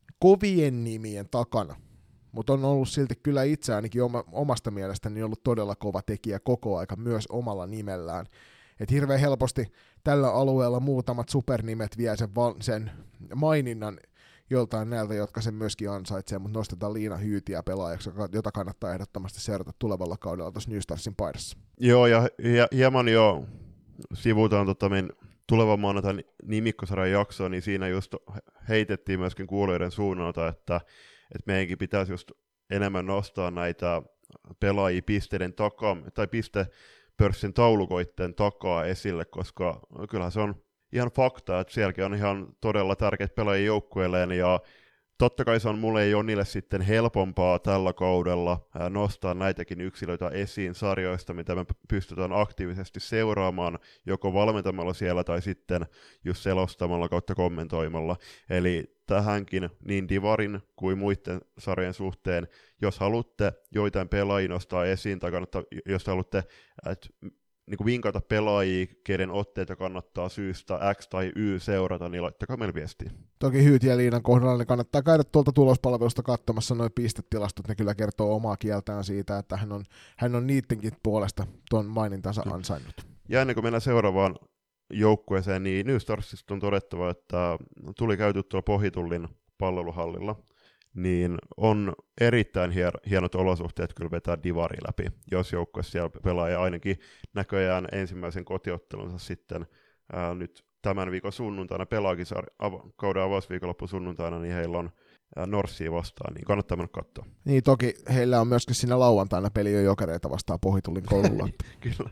kovien nimien takana. Mutta on ollut silti kyllä itse ainakin oma, omasta mielestäni ollut todella kova tekijä koko aika myös omalla nimellään. Et hirveän helposti tällä alueella muutamat supernimet vie sen, val- sen maininnan joltain näiltä, jotka sen myöskin ansaitsee, mutta nostetaan Liina Hyytiä pelaajaksi, jota kannattaa ehdottomasti seurata tulevalla kaudella tuossa New Starsin paidassa. Joo, ja hieman jo sivutaan tota meidän tulevan maanantain nimikkosarjan jaksoa, niin siinä just heitettiin myöskin kuulijoiden suunnalta, että, että meidänkin pitäisi just enemmän nostaa näitä pelaajia pisteiden takaa, tai pistepörssin taulukoitten takaa esille, koska kyllähän se on ihan fakta, että sielläkin on ihan todella tärkeät pelaajia joukkueelleen, ja totta kai se on mulle ja Jonille sitten helpompaa tällä kaudella nostaa näitäkin yksilöitä esiin sarjoista, mitä me pystytään aktiivisesti seuraamaan, joko valmentamalla siellä tai sitten just selostamalla kautta kommentoimalla. Eli tähänkin niin Divarin kuin muiden sarjojen suhteen, jos haluatte joitain pelaajia nostaa esiin, tai kannattaa, jos haluatte että niin kuin vinkata pelaajia, keiden otteita kannattaa syystä X tai Y seurata, niin laittakaa meille viestiä. Toki Hyytiä ja Liinan kohdalla niin kannattaa käydä tuolta tulospalvelusta katsomassa noin pistetilastot, ne kyllä kertoo omaa kieltään siitä, että hän on, hän on niidenkin puolesta tuon mainintansa ansainnut. Ja ennen kuin mennään seuraavaan joukkueeseen, niin New Starsista on todettava, että tuli käyty tuolla Pohitullin palveluhallilla, niin on erittäin hienot olosuhteet kyllä vetää divari läpi, jos joukkue siellä pelaa, ja ainakin näköjään ensimmäisen kotiottelunsa sitten ää, nyt tämän viikon sunnuntaina pelaakin av- kauden avausviikonloppu sunnuntaina, niin heillä on ää, Norssia vastaan, niin kannattaa mennä katsoa. Niin toki heillä on myöskin siinä lauantaina peli jo Jokereita vastaan Pohitullin koululla. Kyllä.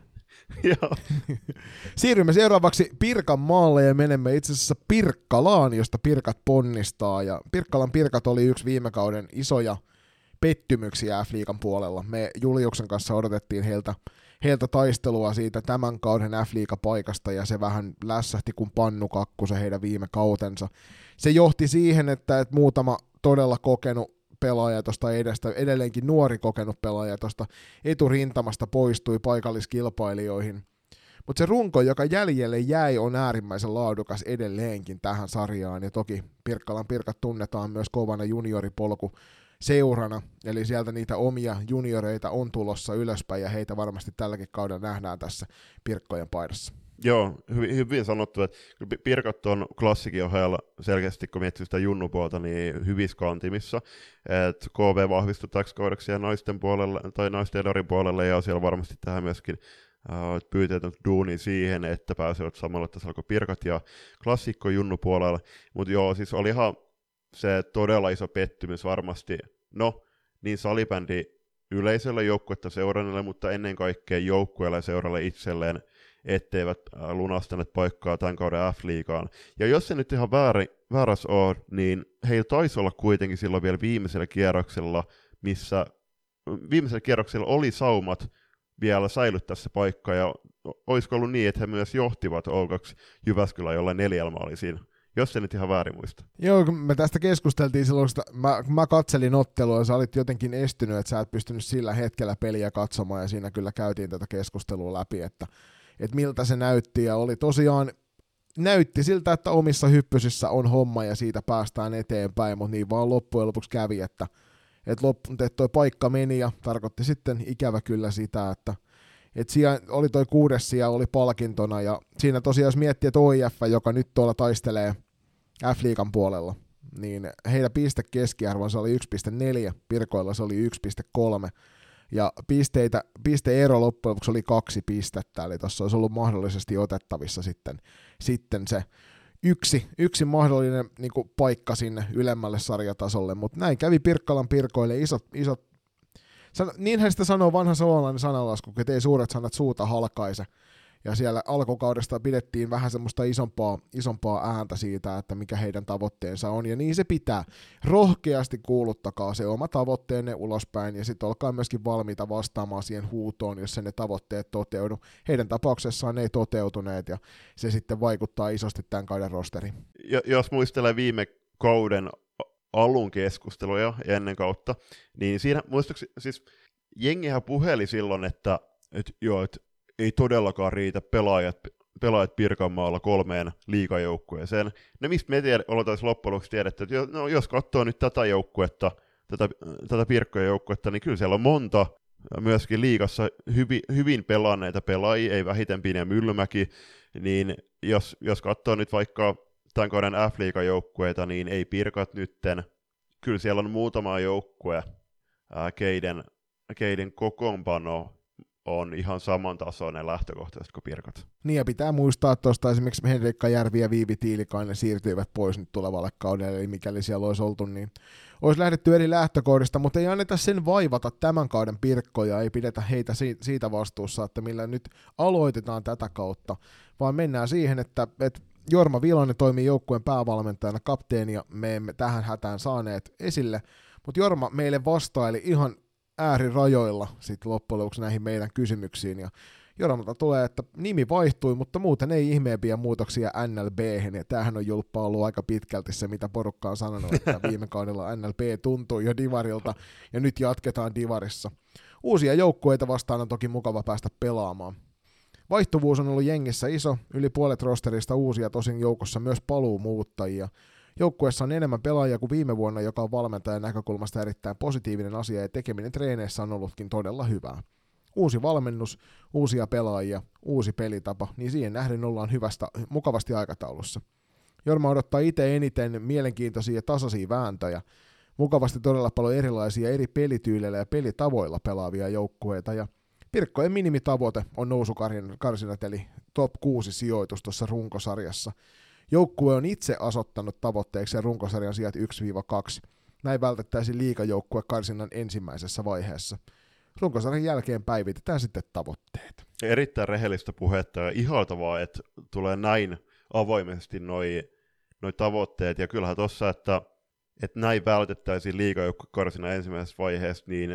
Siirrymme seuraavaksi Pirkanmaalle ja menemme itse asiassa Pirkkalaan, josta Pirkat ponnistaa. Ja Pirkkalan Pirkat oli yksi viime kauden isoja pettymyksiä F-liigan puolella. Me Juliuksen kanssa odotettiin heiltä, heiltä taistelua siitä tämän kauden F-liiga-paikasta, ja se vähän lässähti kuin pannukakku se heidän viime kautensa. Se johti siihen, että, että muutama todella kokenut pelaaja tuosta edestä, edelleenkin nuori kokenut pelaaja tuosta eturintamasta poistui paikalliskilpailijoihin. Mutta se runko, joka jäljelle jäi, on äärimmäisen laadukas edelleenkin tähän sarjaan, ja toki Pirkkalan Pirkat tunnetaan myös kovana junioripolku seurana, eli sieltä niitä omia junioreita on tulossa ylöspäin, ja heitä varmasti tälläkin kaudella nähdään tässä Pirkkojen paidassa. Joo, hyvin, hyvin sanottu, että Pirkat on klassikin ohjalla selkeästi, kun miettii sitä junnupuolta, niin hyvissä kantimissa, että K V vahvistui täksi kaudeksi ja naisten puolelle, tai naisten edarin puolelle, ja siellä varmasti tähän myöskin äh, pyytetään duuni siihen, että pääsevät samalla tasolla kuin Pirkat ja klassikko junnupuolella, mutta joo, siis oli ihan se todella iso pettymys varmasti, no, niin salibändi yleisölle, joukkuetta seuranneille, mutta ennen kaikkea joukkueelle ja seuralle itselleen, etteivät lunastaneet paikkaa tämän kauden F-liigaan. Ja jos se nyt ihan väärin, vääräs on, niin heillä taisi olla kuitenkin silloin vielä viimeisellä kierroksella, missä viimeisellä kierroksella oli saumat vielä säilyttää se paikka, ja olisiko ollut niin, että he myös johtivat O kaksi Jyväskylä jollain neljällä maalisiin, jos se nyt ihan väärin muista. Joo, kun me tästä keskusteltiin silloin, kun mä, mä katselin ottelua, ja sä olit jotenkin estynyt, että sä et pystynyt sillä hetkellä peliä katsomaan, ja siinä kyllä käytiin tätä keskustelua läpi, että että miltä se näytti, ja oli tosiaan, näytti siltä, että omissa hyppysissä on homma, ja siitä päästään eteenpäin, mutta niin vaan loppujen lopuksi kävi, että, että, loppu, että toi paikka meni, ja tarkoitti sitten ikävä kyllä sitä, että, että siellä oli toi kuudes sija, oli palkintona, ja siinä tosiaan jos miettii, että O I F, joka nyt tuolla taistelee F-liigan puolella, niin heidän piste keskiarvonsa oli yksi pilkku neljä, Pirkoilla se oli yksi pilkku kolme, ja pisteitä, pisteero loppujen lopuksi oli kaksi pistettä, eli tuossa olisi ollut mahdollisesti otettavissa sitten, sitten se yksi, yksi mahdollinen niin kuin paikka sinne ylemmälle sarjatasolle, mutta näin kävi Pirkkalan Pirkoille isot, isot san, niinhän sitä sanoo vanha savolainen sananlasku, että ei suuret sanat suuta halkaise, ja siellä alkukaudesta pidettiin vähän semmoista isompaa, isompaa ääntä siitä, että mikä heidän tavoitteensa on, ja niin se pitää. Rohkeasti kuuluttakaa se oma tavoitteenne ulospäin, ja sitten olkaa myöskin valmiita vastaamaan siihen huutoon, jos ne tavoitteet toteudu. Heidän tapauksessaan ne ei toteutuneet, ja se sitten vaikuttaa isosti tämän kauden rosteriin. Jos muistelee viime kauden alun keskusteluja ennen kautta, niin siinä muistaakseni, siis jengihän puheli silloin, että et, joo, et, ei todellakaan riitä pelaajat, pelaajat Pirkanmaalla kolmeen liigajoukkueeseen. Ne mistä me tiedä, ollaan loppujen lopuksi tiedetty, että no, jos katsoo nyt tätä joukkuetta, tätä, tätä Pirkkojen joukkuetta, niin kyllä siellä on monta myöskin liigassa hyvin, hyvin pelanneita pelaajia, ei vähiten Pinja Myllymäki, niin jos, jos katsoo nyt vaikka tämän kauden F-liigan joukkueita, niin ei Pirkat nytten, kyllä siellä on muutama joukkue, ää, keiden, keiden kokoonpano on ihan samantasoinen lähtökohtaisesti kuin Pirkat. Niin ja pitää muistaa, että tuosta esimerkiksi Henrikka Järvi ja Viivi Tiilikainen siirtyivät pois nyt tulevalle kaudelle, eli mikäli siellä olisi oltu, niin olisi lähdetty eri lähtökohdista, mutta ei anneta sen vaivata tämän kauden Pirkkoja, ei pidetä heitä siitä vastuussa, että millä nyt aloitetaan tätä kautta, vaan mennään siihen, että, että Jorma Vilonen toimii joukkueen päävalmentajana, kapteeni, ja me emme tähän hätään saaneet esille, mutta Jorma meille vastaili ihan äärirajoilla sitten loppujen lopuksi näihin meidän kysymyksiin, ja Jormalta tulee, että nimi vaihtui, mutta muuten ei ihmeempiä muutoksia N L B:hen, ja tämähän on julppa ollut aika pitkälti se, mitä porukka on sanonut, että viime kaudella N L B tuntui jo divarilta, ja nyt jatketaan divarissa. Uusia joukkueita vastaan on toki mukava päästä pelaamaan. Vaihtuvuus on ollut jengissä iso, yli puolet rosterista uusia, tosin joukossa myös paluumuuttajia. Joukkueessa on enemmän pelaajia kuin viime vuonna, joka on valmentajan näkökulmasta erittäin positiivinen asia, ja tekeminen treeneissä on ollutkin todella hyvää. Uusi valmennus, uusia pelaajia, uusi pelitapa, niin siihen nähden ollaan hyvästä, mukavasti aikataulussa. Jorma odottaa itse eniten mielenkiintoisia ja tasaisia vääntöjä, mukavasti todella paljon erilaisia eri pelityyleillä ja pelitavoilla pelaavia joukkueita, ja Pirkkojen minimitavoite on nousukarsinat, eli top kuusi sijoitus tuossa runkosarjassa. Joukkue on itse asettanut tavoitteeksi runkosarjan sijat yksi kaksi. Näin vältettäisiin liigajoukkue karsinnan ensimmäisessä vaiheessa. Runkosarjan jälkeen päivitetään sitten tavoitteet. Erittäin rehellistä puhetta ja ihaltavaa, että tulee näin avoimesti noi, noi tavoitteet. Ja kyllähän tuossa, että, että näin vältettäisiin liigajoukkue karsinnan ensimmäisessä vaiheessa, niin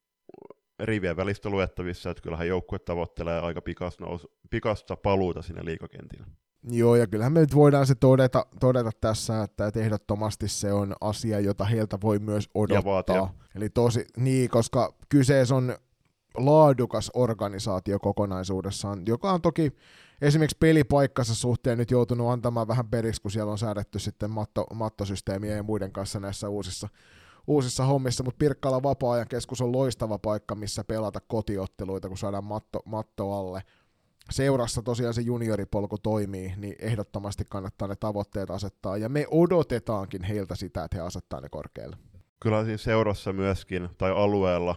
rivien välistä luettavissa, että kyllähän joukkue tavoittelee aika pikasta, nous, pikasta paluuta sinne liigakentille. Joo, ja kyllähän me nyt voidaan se todeta, todeta tässä, että, että ehdottomasti se on asia, jota heiltä voi myös odottaa. Eli tosi, niin, koska kyseessä on laadukas organisaatio kokonaisuudessaan, joka on toki esimerkiksi pelipaikkansa suhteen nyt joutunut antamaan vähän periksi, kun siellä on säädetty sitten matto, mattosysteemiä ja muiden kanssa näissä uusissa, uusissa hommissa, mutta Pirkkalan vapaa-ajan keskus on loistava paikka, missä pelata kotiotteluita, kun saadaan matto, matto alle. Seurassa tosiaan se junioripolku toimii, niin ehdottomasti kannattaa ne tavoitteet asettaa, ja me odotetaankin heiltä sitä, että he asettaa ne korkealle. Kyllä siinä seurassa myöskin, tai alueella,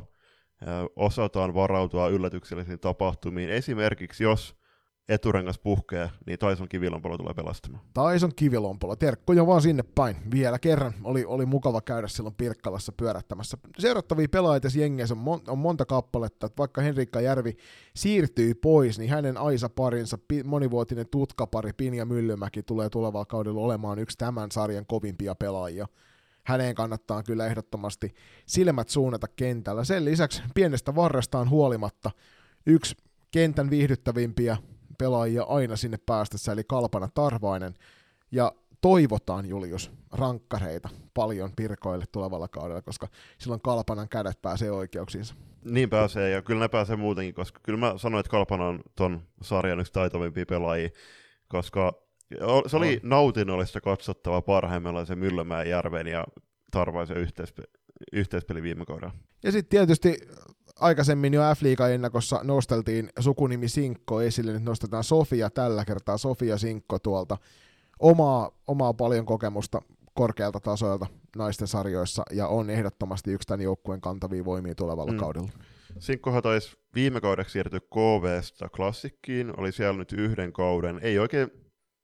osataan varautua yllätyksellisiin tapahtumiin. Esimerkiksi jos eturengas puhkee, niin Tyson Kivilompolo tulee pelastamaan. Tyson Kivilompolo, terkkuja vaan sinne päin. Vielä kerran oli, oli mukava käydä silloin Pirkkalassa pyörättämässä. Seurattavia pelaajia jengeissä on, mon, on monta kappaletta, että vaikka Henrikka Järvi siirtyy pois, niin hänen Aisa-parinsa, monivuotinen tutkapari Pinja Myllymäki tulee tulevalla kaudella olemaan yksi tämän sarjan kovimpia pelaajia. Häneen kannattaa kyllä ehdottomasti silmät suunnata kentällä. Sen lisäksi pienestä varrestaan huolimatta yksi kentän viihdyttävimpiä pelaajia aina sinne päästessä, eli Kalpana Tarvainen, ja toivotaan, Julius, rankkareita paljon Pirkoille tulevalla kaudella, koska silloin Kalpanan kädet pääsee oikeuksiinsa. Niin pääsee, ja kyllä ne pääsee muutenkin, koska kyllä mä sanoin, että Kalpana on ton sarjan yksi taitavimpia pelaajia, koska se oli no. nautinnollista katsottava parhaimmillaan se Myllymäen, Järven ja Tarvaisen yhteispe- yhteispeli viime kaudella. Ja sitten tietysti aikaisemmin jo F-liiga-ennakossa nosteltiin sukunimi Sinkko esille, nyt nostetaan Sofia tällä kertaa, Sofia Sinkko tuolta. Omaa, omaa paljon kokemusta korkealta tasoilta naisten sarjoissa, ja on ehdottomasti yksi tämän joukkueen kantavia voimia tulevalla mm. kaudella. Sinkkohan taisi viime kaudeksi siirtyä K V:stä Klassikkiin, oli siellä nyt yhden kauden, ei oikein,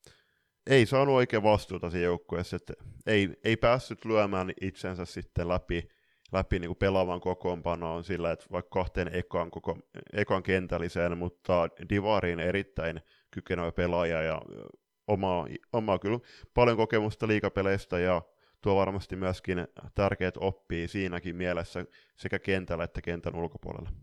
ei saanut oikein vastuuta siinä joukkueessa, että ei, ei päässyt lyömään itsensä sitten läpi, läpi niin kuin pelaavan kokoonpanoon sillä, että vaikka kahteen ekan, koko, ekan kentälliseen, mutta divariin erittäin kykenevä pelaaja ja omaa, omaa kyllä paljon kokemusta liigapeleistä ja tuo varmasti myöskin tärkeät oppii siinäkin mielessä sekä kentällä että kentän ulkopuolella.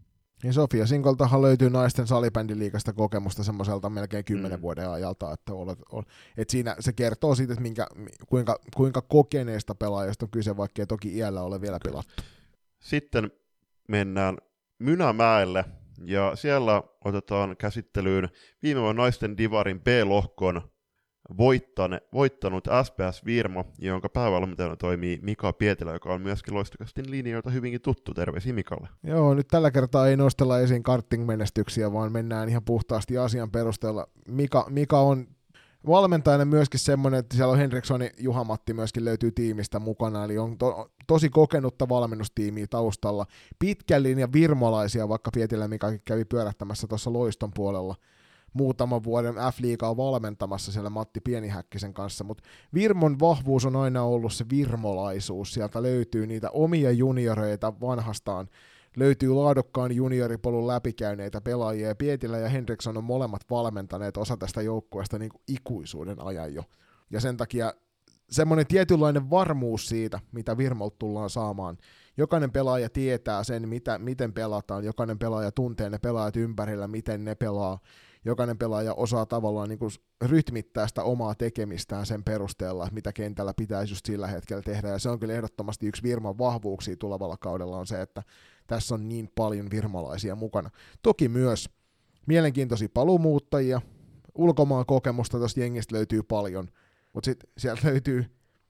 Ja Sofia Sinkoltahan löytyy naisten salibändiliigasta kokemusta semmoiselta melkein kymmenen mm. vuoden ajalta, että, olet, että siinä se kertoo siitä, että minkä, kuinka, kuinka kokeneesta pelaajasta on kyse, vaikka ei toki iällä ole vielä pelattu. Sitten mennään Mynämäelle, ja siellä otetaan käsittelyyn viime vuonna naisten divarin B-lohkon voittane, voittanut S P S Virmo, jonka päävalmentajana toimii Mika Pietilä, joka on myöskin Loistokastin linjoilta hyvinkin tuttu. Terveisiä Mikalle. Joo, nyt tällä kertaa ei nostella esiin karting-menestyksiä, vaan mennään ihan puhtaasti asian perusteella. Mika, Mika on valmentajana myöskin semmoinen, että siellä on Henriksson ja Juha-Matti myöskin löytyy tiimistä mukana, eli on to, tosi kokenutta valmennustiimiä taustalla. Pitkän linjan virmolaisia, vaikka Pietilä Mika kävi pyörähtämässä tuossa Loiston puolella muutaman vuoden F-liigaa valmentamassa siellä Matti Pienihäkkisen kanssa, mutta Virmon vahvuus on aina ollut se virmolaisuus, sieltä löytyy niitä omia junioreita vanhastaan, löytyy laadukkaan junioripolun läpikäyneitä pelaajia, ja Pietilä ja Henriksson on molemmat valmentaneet osa tästä joukkueesta niin kuin ikuisuuden ajan jo, ja sen takia semmoinen tietynlainen varmuus siitä, mitä Virmolta tullaan saamaan. Jokainen pelaaja tietää sen, mitä, miten pelataan, jokainen pelaaja tuntee ne pelaajat ympärillä, miten ne pelaa, jokainen pelaaja osaa tavallaan niin kuin rytmittää sitä omaa tekemistään sen perusteella, mitä kentällä pitäisi just sillä hetkellä tehdä, ja se on kyllä ehdottomasti yksi Virman vahvuuksia tulevalla kaudella on se, että tässä on niin paljon virmalaisia mukana. Toki myös mielenkiintoisia paluumuuttajia, ulkomaan kokemusta tuosta jengistä löytyy paljon, mutta sitten sieltä löytyy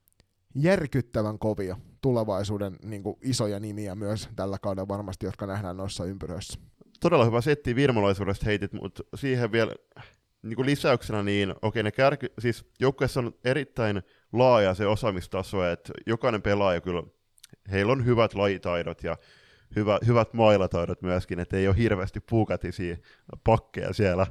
järkyttävän kovia tulevaisuuden niin kuin isoja nimiä myös tällä kaudella varmasti, jotka nähdään noissa ympyröissä. Todella hyvä setti virmalaisuudesta heitit, mutta siihen vielä niin kuin lisäyksenä, niin okei, ne kärky, siis joukkueessa on erittäin laaja se osaamistaso, että jokainen pelaaja kyllä, heillä on hyvät lajitaidot ja hyvä, hyvät mailataidot myöskin, että ei ole hirveästi puukatisia pakkeja siellä.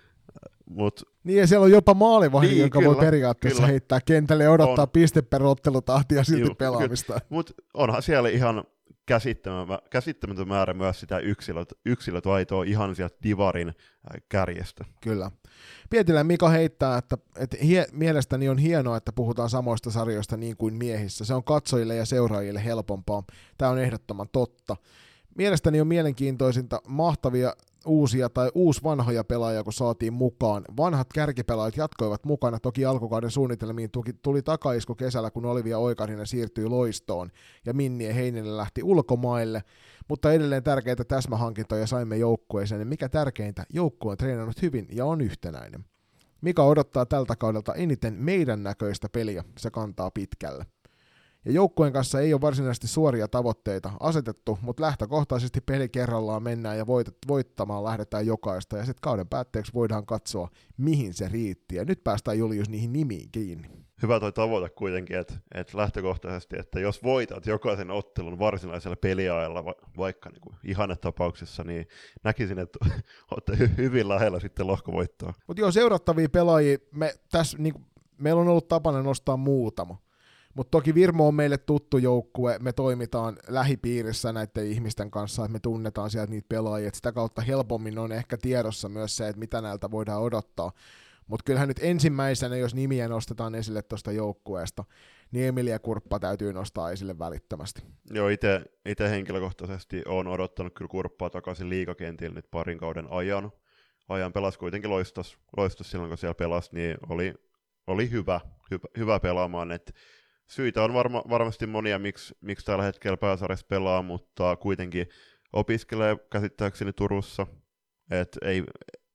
Mut, niin ja siellä on jopa maalivahti, niin, joka kyllä, voi periaatteessa kyllä. heittää kentälle ja odottaa on. piste per ottelutahtia silti Juh, pelaamista. Mutta onhan siellä ihan käsittämätön määrä myös sitä yksilöt, yksilötaitoa ihan sieltä divarin kärjestä. Kyllä. Pietilä Mika heittää, että, että hie, mielestäni on hienoa, että puhutaan samoista sarjoista niin kuin miehissä. Se on katsojille ja seuraajille helpompaa. Tämä on ehdottoman totta. Mielestäni on mielenkiintoisinta mahtavia uusia tai uusvanhoja pelaajia, kun saatiin mukaan. Vanhat kärkipelaajat jatkoivat mukana, toki alkukauden suunnitelmiin tuli takaisku kesällä, kun Olivia Oikarinen siirtyi Loistoon ja Minnie Heininen lähti ulkomaille, mutta edelleen tärkeitä täsmähankintoja saimme joukkueeseen, ja mikä tärkeintä, joukkue on treenannut hyvin ja on yhtenäinen. Mika odottaa tältä kaudelta eniten meidän näköistä peliä, se kantaa pitkälle. Ja joukkueen kanssa ei ole varsinaisesti suoria tavoitteita asetettu, mutta lähtökohtaisesti peli kerrallaan mennään ja voit, voittamaan lähdetään jokaista, ja sitten kauden päätteeksi voidaan katsoa, mihin se riitti. Ja nyt päästään Julius niihin nimiin kiinni. Hyvä toi tavoite kuitenkin, että, että lähtökohtaisesti, että jos voitat jokaisen ottelun varsinaisella peliajalla, va, vaikka niin kuin ihannetapauksessa, niin näkisin, että olette hy- hyvin lähellä sitten lohkovoittoa. Mutta joo, seurattavia pelaajia, me, tässä, niin kuin, meillä on ollut tapana nostaa muutama. Mutta toki Virmo on meille tuttu joukkue, me toimitaan lähipiirissä näiden ihmisten kanssa, että me tunnetaan sieltä niitä pelaajia, että sitä kautta helpommin on ehkä tiedossa myös se, että mitä näiltä voidaan odottaa. Mutta kyllähän nyt ensimmäisenä, jos nimiä nostetaan esille tuosta joukkueesta, niin Emilia Kurppa täytyy nostaa esille välittömästi. Joo, itse henkilökohtaisesti olen odottanut kyllä Kurppaa takaisin liigakentille nyt parin kauden ajan. Ajan pelasi kuitenkin loistos, loistos silloin, kun siellä pelasi, niin oli, oli hyvä, hyvä, hyvä pelaamaan, että syitä on varma, varmasti monia, miksi, miksi tällä hetkellä pääsarjassa pelaa, mutta kuitenkin opiskelee käsittääkseni Turussa, että ei,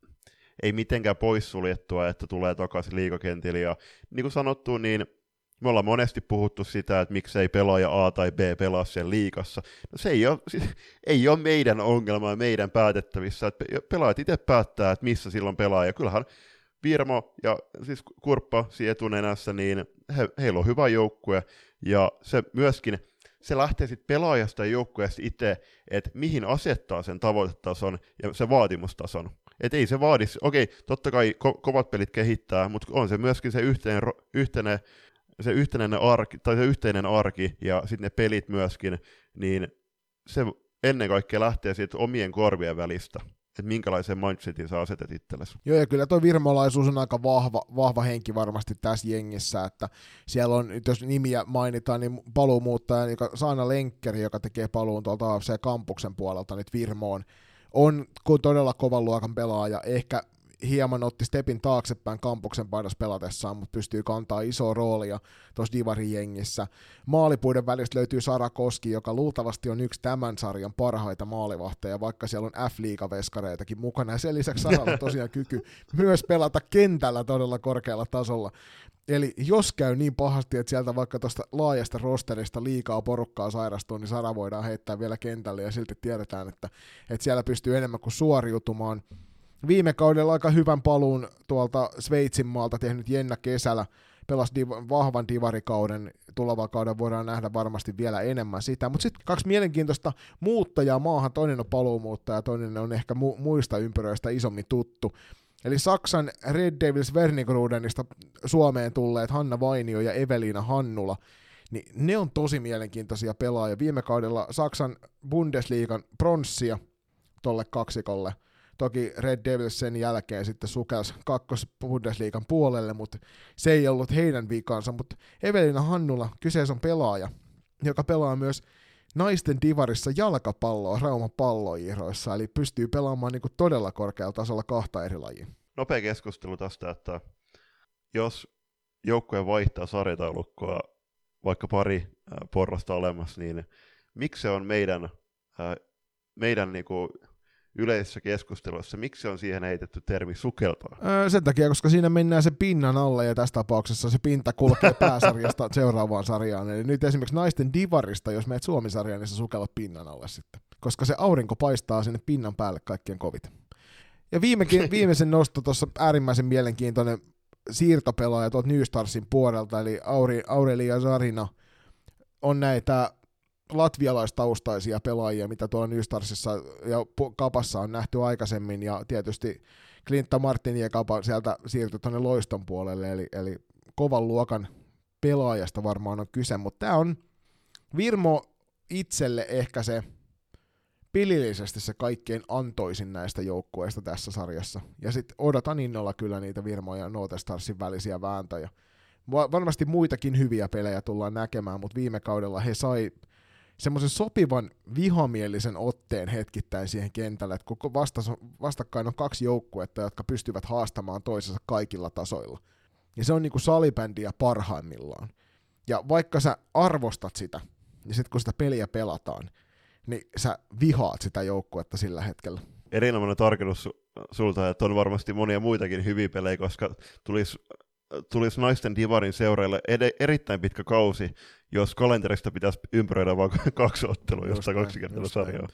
ei mitenkään poissuljettua, että tulee takaisin liigakentille. Ja niin kuin sanottu, niin me ollaan monesti puhuttu sitä, että miksei pelaaja A tai B pelaa siellä liigassa. No se ei ole, ei ole meidän ongelma ja meidän päätettävissä, että pelaajat itse päättää, että missä silloin pelaa, ja kyllähän Virmo ja siis Kurppa siinä etunenässä, niin he, heillä on hyvä joukkue, ja se myöskin, se lähtee sitten pelaajasta ja joukkueesta itse, että mihin asettaa sen tavoitetason ja sen vaatimustason. Että ei se vaadi, okei, totta kai ko- kovat pelit kehittää, mutta on se myöskin se yhteinen, yhteinen, se yhteinen arki, tai se yhteinen arki, ja sitten ne pelit myöskin, niin se ennen kaikkea lähtee siitä omien korvien välistä. Että minkälaisen mindsetin sä asetet itsellesi. Joo, ja kyllä tuo virmolaisuus on aika vahva, vahva henki varmasti tässä jengissä, että siellä on, jos nimiä mainitaan, niin paluumuuttaja, joka Saana Lenkkeri, joka tekee paluun tuolta A F C Kampuksen puolelta nyt Virmoon, on todella kovan luokan pelaaja, ehkä hieman otti stepin taaksepäin kampuksen paidassa pelatessaan, mutta pystyy kantaa isoa roolia tuossa Divarin jengissä. Maalipuiden välistä löytyy Sara Koski, joka luultavasti on yksi tämän sarjan parhaita maalivahteja, vaikka siellä on F-liigaveskareitakin mukana, ja sen lisäksi Saralla on tosiaan kyky myös pelata kentällä todella korkealla tasolla. Eli jos käy niin pahasti, että sieltä vaikka tuosta laajasta rosterista liikaa porukkaa sairastuu, niin Sara voidaan heittää vielä kentälle, ja silti tiedetään, että, että siellä pystyy enemmän kuin suoriutumaan. Viime kaudella aika hyvän paluun tuolta Sveitsin maalta tehnyt Jenna Kesälä, pelasi div- vahvan divarikauden, tulevan kauden voidaan nähdä varmasti vielä enemmän sitä, mutta sitten kaksi mielenkiintoista muuttajaa maahan, toinen on paluumuuttaja, toinen on ehkä mu- muista ympyröistä isommin tuttu. Eli Saksan Red Devils Wernigeroodenista Suomeen tulleet Hanna Vainio ja Eveliina Hannula, niin ne on tosi mielenkiintoisia pelaajia. Viime kaudella Saksan Bundesliigan pronssia tolle kaksikolle. Toki Red Devils sen jälkeen sitten sukelsi kakkos-Bundesliigan puolelle, mutta se ei ollut heidän vikansa. Mutta Eveliina Hannula, kyseessä on pelaaja, joka pelaa myös naisten divarissa jalkapalloa Rauman Palloihiroissa, eli pystyy pelaamaan niin kuin todella korkealla tasolla kahta eri lajia. Nopea keskustelu tästä, että jos joukkue vaihtaa sarjataulukkoa vaikka pari äh, porrasta olemassa, niin miksi se on meidän, äh, meidän niin kuin yleisessä keskustelussa, miksi on siihen heitetty termi sukeltaa? Öö, sen takia, koska siinä mennään se pinnan alle, ja tässä tapauksessa se pinta kulkee pääsarjasta seuraavaan sarjaan. Eli nyt esimerkiksi naisten divarista, jos meet Suomi-sarjaan, niin sä sukellat pinnan alle sitten. Koska se aurinko paistaa sinne pinnan päälle kaikkien kovit. Ja viimekin, viimeisen nosto tuossa äärimmäisen mielenkiintoinen siirtopelaaja tuolta New Starsin puolelta, eli Auri, Aurelia Zarina on näitä latvialaistaustaisia pelaajia, mitä tuolla New Starsissa ja Kapassa on nähty aikaisemmin, ja tietysti Clinta Martin ja Kapa sieltä siirtyi tuonne Loiston puolelle, eli, eli kovan luokan pelaajasta varmaan on kyse, mutta tämä on Virmo itselle ehkä se pilillisesti se kaikkein antoisin näistä joukkueista tässä sarjassa, ja sitten odotan innolla kyllä niitä Virmo ja Note Starsin välisiä vääntöjä. Varmasti muitakin hyviä pelejä tullaan näkemään, mutta viime kaudella he sai semmoisen sopivan vihamielisen otteen hetkittäin siihen kentälle, että kun vastas, vastakkain on kaksi joukkuetta, jotka pystyvät haastamaan toisensa kaikilla tasoilla. Ja se on niinku salibändiä parhaimmillaan. Ja vaikka sä arvostat sitä, niin sitten kun sitä peliä pelataan, niin sä vihaat sitä joukkuetta sillä hetkellä. Erinomainen tarkennus sulta, että on varmasti monia muitakin hyviä pelejä, koska tulisi tulisi naisten divarin seuraille ed- erittäin pitkä kausi, jos kalenterista pitäisi ympäröidä vain kaksi ottelua, josta kaksi kertaa sarjaa.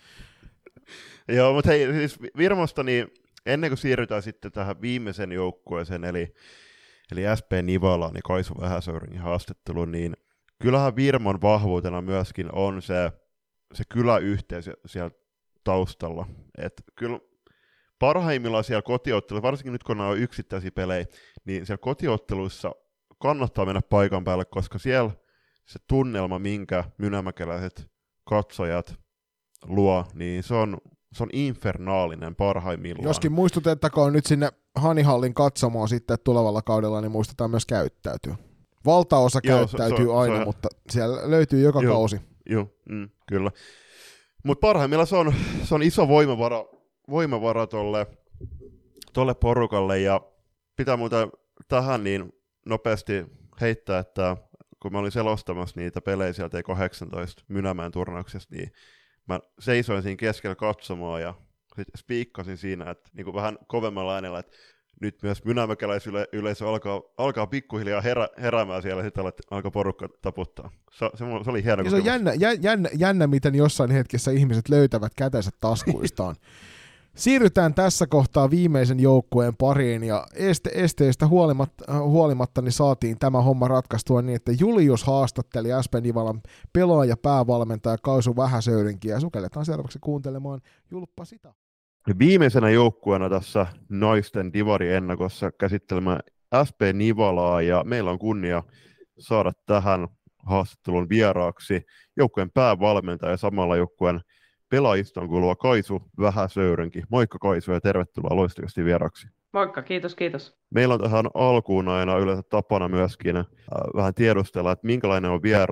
Joo, mutta hei, siis Virmosta, niin ennen kuin siirrytään sitten tähän viimeisen joukkueeseen, eli, eli S P Nivalaan ja Kaisu Vähäsöyringin haastatteluun, niin kyllähän Virmon vahvuutena myöskin on se, se kyläyhteys siellä taustalla. Et kyllä parhaimmillaan siellä kotiotteluissa, varsinkin nyt kun nämä on yksittäisiä pelejä, niin siellä kotiotteluissa kannattaa mennä paikan päälle, koska siellä se tunnelma, minkä mynämäkeläiset katsojat luo, niin se on, se on infernaalinen parhaimmillaan. Joskin muistutettakoon nyt sinne Hanihallin katsomaan sitten tulevalla kaudella, niin muistetaan myös käyttäytyä. Valtaosa Joo, käyttäytyy se, se, aina, se, mutta siellä löytyy joka jo, kausi. Joo, mm, kyllä. Mutta parhaimmillaan se on, se on iso voimavara, voimavara tolle, tolle porukalle, ja pitää muuten tähän niin nopeasti heittää, että kun mä olin selostamassa niitä pelejä sieltä T kahdeksantoista Mynämäen turnauksesta, niin mä seisoin siinä keskellä katsomaan ja sitten spiikkasin siinä, että niin kuin vähän kovemmalla äänellä, että nyt myös mynämäkeläisyleisö alkaa, alkaa pikkuhiljaa herä, heräämään siellä, ja sitten alkaa porukka taputtaa. Se, se, se oli hieno. Se on jännä, jännä, jännä, miten jossain hetkessä ihmiset löytävät kätensä taskuistaan. Siirrytään tässä kohtaa viimeisen joukkueen pariin, ja este, esteistä huolimatta, huolimatta niin saatiin tämä homma ratkaistua niin, että Julius haastatteli S P Nivalan pelaaja, päävalmentaja Kaisu Vähäsöyrinkiä, ja sukelletaan seuraavaksi kuuntelemaan Julppa sitä. Viimeisenä joukkueena tässä naisten divari-ennakossa käsittelemään S P Nivalaa, ja meillä on kunnia saada tähän haastattelun vieraaksi joukkueen päävalmentaja ja samalla joukkueen pelaajistoon kuuluva Kaisu Vähäsöyrinki. Moikka Kaisu ja tervetuloa loistavasti vieraaksi. Moikka, kiitos, kiitos. Meillä on tähän alkuun aina yleensä tapana myöskin äh, vähän tiedustella, että minkälainen on vieraan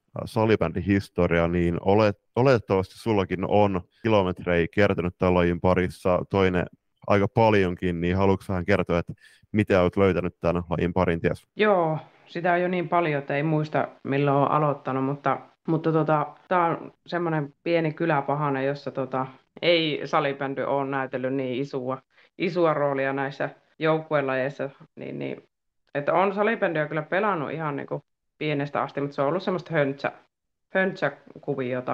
salibändin historia, niin olet, oletettavasti sullakin on kilometrejä kertynyt tämän lajin parissa, toinen aika paljonkin, niin haluatko vähän kertoa, että mitä olet löytänyt tämän lajin parin ties? Joo, sitä on jo niin paljon, että ei muista milloin olen aloittanut, mutta, mutta tota, tämä on semmoinen pieni kyläpahane, jossa tota, ei salibändy ole näytellyt niin isoa, isoa roolia näissä joukkuelajeissa, niin, niin, että on salibändyä kyllä pelannut ihan niin kuin pienestä asti, mutta se on ollut semmoista höntsä, höntsäkuviota.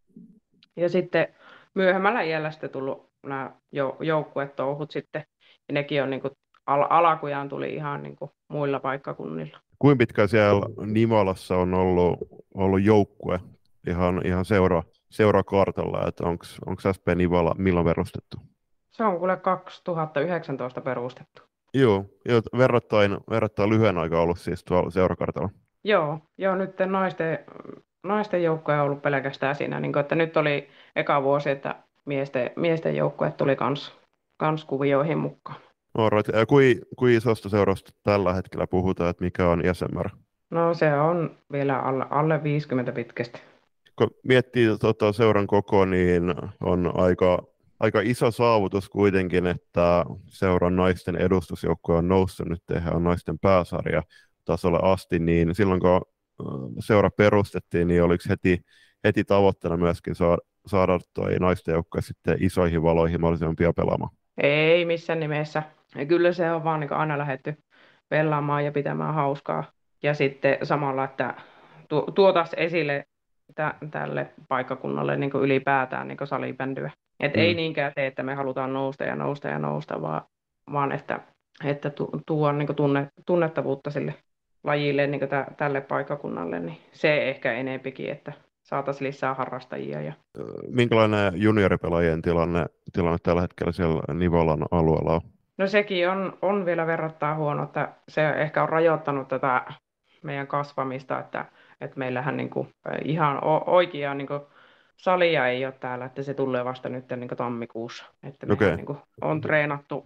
Ja sitten myöhemmällä iällä sitten tullut nämä jou- joukkuetouhut sitten, ja nekin on niin kuin al- alkujaan tuli ihan niin kuin muilla paikkakunnilla. Kuinka pitkä siellä Nivalassa on ollut, ollut joukkue ihan, ihan seura, seurakartalla, että onko S P Nivala milloin perustettu? Se on kuule kaksituhattayhdeksäntoista perustettu. Joo, joo verrattain, verrattain lyhyen aikaa ollut siis tuolla seurakartalla. Joo, joo nyt naisten, naisten joukkue on ollut pelkästään siinä, niin kuin, että nyt oli eka vuosi, että miesten, miesten joukkue tuli kans, kans kuvioihin mukaan. Alright. Ja kui, kui isosta seurasta tällä hetkellä puhutaan, että mikä on jäsenmäärä? No se on vielä alle, alle viisikymmentä pitkästi. Kun miettii tota seuran koko, niin on aika, aika iso saavutus kuitenkin, että seuran naisten edustusjoukkue on noussut nyt tehdään naisten pääsarja tasolle asti, niin silloin kun seura perustettiin, niin oliko heti, heti tavoitteena myöskin saada, saada toi naisten joukkue sitten isoihin valoihin mahdollisimman pian pelaamaan? Ei missään nimessä. Ja kyllä se on vaan niin kuin aina lähdetty pelaamaan ja pitämään hauskaa. Ja sitten samalla, että tu- tuotaisiin esille tä- tälle paikkakunnalle niin kuin ylipäätään niin kuin salibändyä. Et mm. ei niinkään se, että me halutaan nousta ja nousta ja nousta, vaan, vaan että, että tu- tuo niin kuin tunne- tunnettavuutta sille lajille niin kuin tä- tälle paikkakunnalle. Niin se ehkä enempikin, että saataisiin lisää harrastajia. Ja... Minkälainen junioripelaajien tilanne, tilanne tällä hetkellä siellä Nivalan alueella on? No sekin on, on vielä verrattain huono, että se ehkä on rajoittanut tätä meidän kasvamista, että, että meillähän niin kuin ihan oikeaa niin kuin salia ei ole täällä, että se tulee vasta nyt niin kuin tammikuussa. Että Okay. mehän niin kuin on treenattu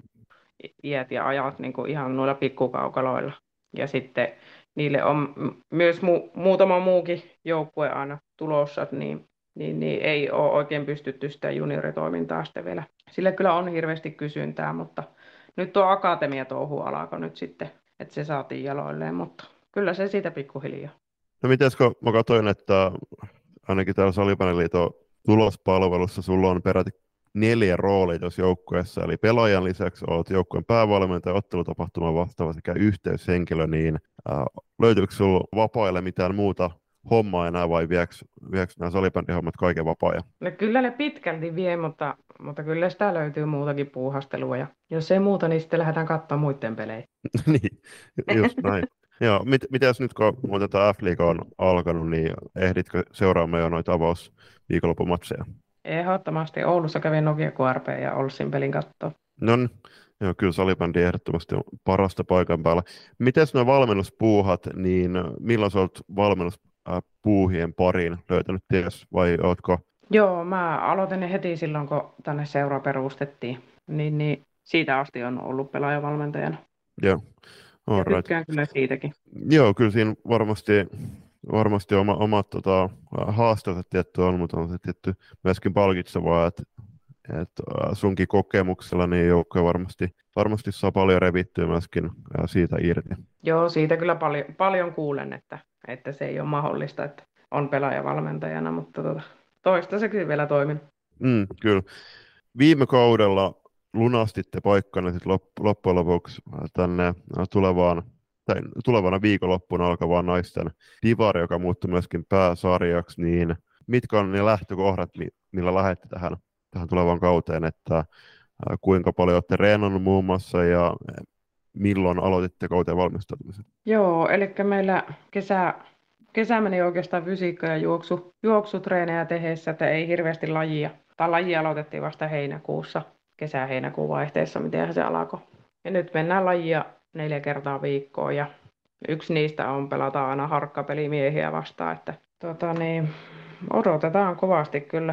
iät ja ajat niin kuin ihan noilla pikkukaukaloilla. Ja sitten niille on myös mu- muutama muukin joukkue aina tulossa, niin, niin, niin ei ole oikein pystytty sitä junioritoimintaa sitten vielä. Sillä kyllä on hirveästi kysyntää, mutta nyt tuo akatemia-touhu alkoi nyt sitten, että se saatiin jaloilleen, mutta kyllä se siitä pikkuhiljaa. No mitenskö mä katsoin, että ainakin täällä Salibändiliiton tulospalvelussa sulla on peräti neljä roolia tuossa joukkueessa, eli pelaajan lisäksi olet joukkueen päävalmentaja, ottelutapahtuman vastaava sekä yhteyshenkilö, niin äh, löytyykö sulla vapaille mitään muuta hommaa enää vai vieks, vieks nämä salibändihommat kaiken vapaa-ajan? No kyllä ne pitkälti vie, mutta, mutta kyllä sitä löytyy muutakin puuhastelua ja jos ei muuta, niin sitten lähdetään katsomaan muiden pelejä. Niin, just näin. Joo, mit, mitäs nyt kun tätä F-liiga on alkanut, niin ehditkö seuraamaan jo noita avausviikonloppumatseja? Ehdottomasti Oulussa kävin Nokia K R P ja Olssin pelin kattoon. No joo, kyllä salibändi ehdottomasti on parasta paikan päällä. Mites nuo valmennuspuuhat, niin milloin sä olet valmennuspuuhien pariin löytänyt ties, vai ootko? Joo, mä aloitin ne heti silloin, kun tänne seura perustettiin. Niin, niin siitä asti on ollut pelaajavalmentajana. Joo, all right. Tykkään kyllä siitäkin. Joo, kyllä siinä varmasti, varmasti oma, omat tota, haasteet tietty on, mutta on se tietty myöskin palkitsevaa, että että sunkin kokemuksella niin joukkue varmasti, varmasti saa paljon revittyä myöskin siitä irti. Joo, siitä kyllä paljon, paljon kuulen, että, että se ei ole mahdollista, että on pelaajavalmentajana, mutta tota, toistaiseksi vielä toiminut. Mm, kyllä. Viime kaudella lunastitte paikkanne sit loppujen lopuksi tänne tulevaan, tai tulevana viikonloppuna alkavaan naisten divari, joka muuttui myöskin pääsarjaksi, niin mitkä on ne lähtökohdat, millä lähdette tähän tähän tulevaan kauteen, että kuinka paljon olette reenannut muun muassa ja milloin aloititte kauteen valmistautumisen? Joo, eli meillä kesä, kesä meni oikeastaan fysiikka- ja juoksu, juoksutreenejä tehdessä, että ei hirveästi lajia. Tai lajia aloitettiin vasta heinäkuussa, kesä-heinäkuun vaihteessa, miten se alkoi. Ja nyt mennään lajia neljä kertaa viikkoon ja yksi niistä on pelata aina harkkapelimiehiä vastaan, että tota niin, odotetaan kovasti kyllä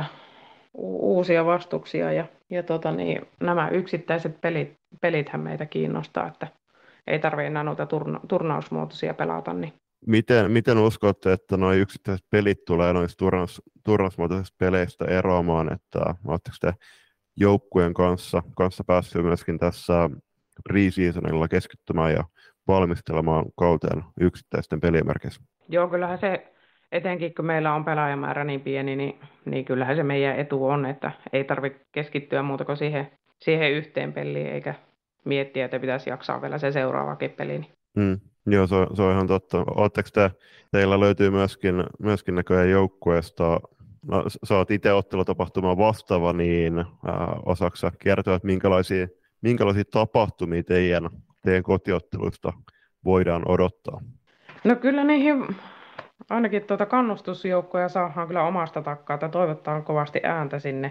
uusia vastuksia ja, ja tota niin, nämä yksittäiset pelit, pelithän meitä kiinnostaa, että ei tarvitse enää noita turna, turnausmuotoisia pelata, niin Miten, miten uskotte, että nuo yksittäiset pelit tulee noista turnaus, turnausmuotoisista peleistä eroamaan, että oletteko te joukkueen kanssa, kanssa päässyt myöskin tässä pre-seasonilla keskittymään ja valmistelemaan kauteen yksittäisten pelien merkeissä? Joo, kyllähän se, etenkin kun meillä on pelaajamäärä niin pieni, niin, niin kyllähän se meidän etu on, että ei tarvitse keskittyä muuta kuin siihen, siihen yhteen peliin, eikä miettiä, että pitäisi jaksaa vielä se seuraavakin peli. Niin. Mm, joo, se, on- se on ihan totta. Oletteko te, teillä löytyy myöskin, myöskin näköjään joukkueesta, no, s- sä oot itse ottelutapahtumaan vastaava, niin äh, osaatko sä kertoa, että minkälaisia, minkälaisia tapahtumia teidän, teidän kotiotteluista voidaan odottaa? No kyllä niihin ainakin tuota kannustusjoukkoja saadaan kyllä omasta takkaa, että toivotaan kovasti ääntä sinne.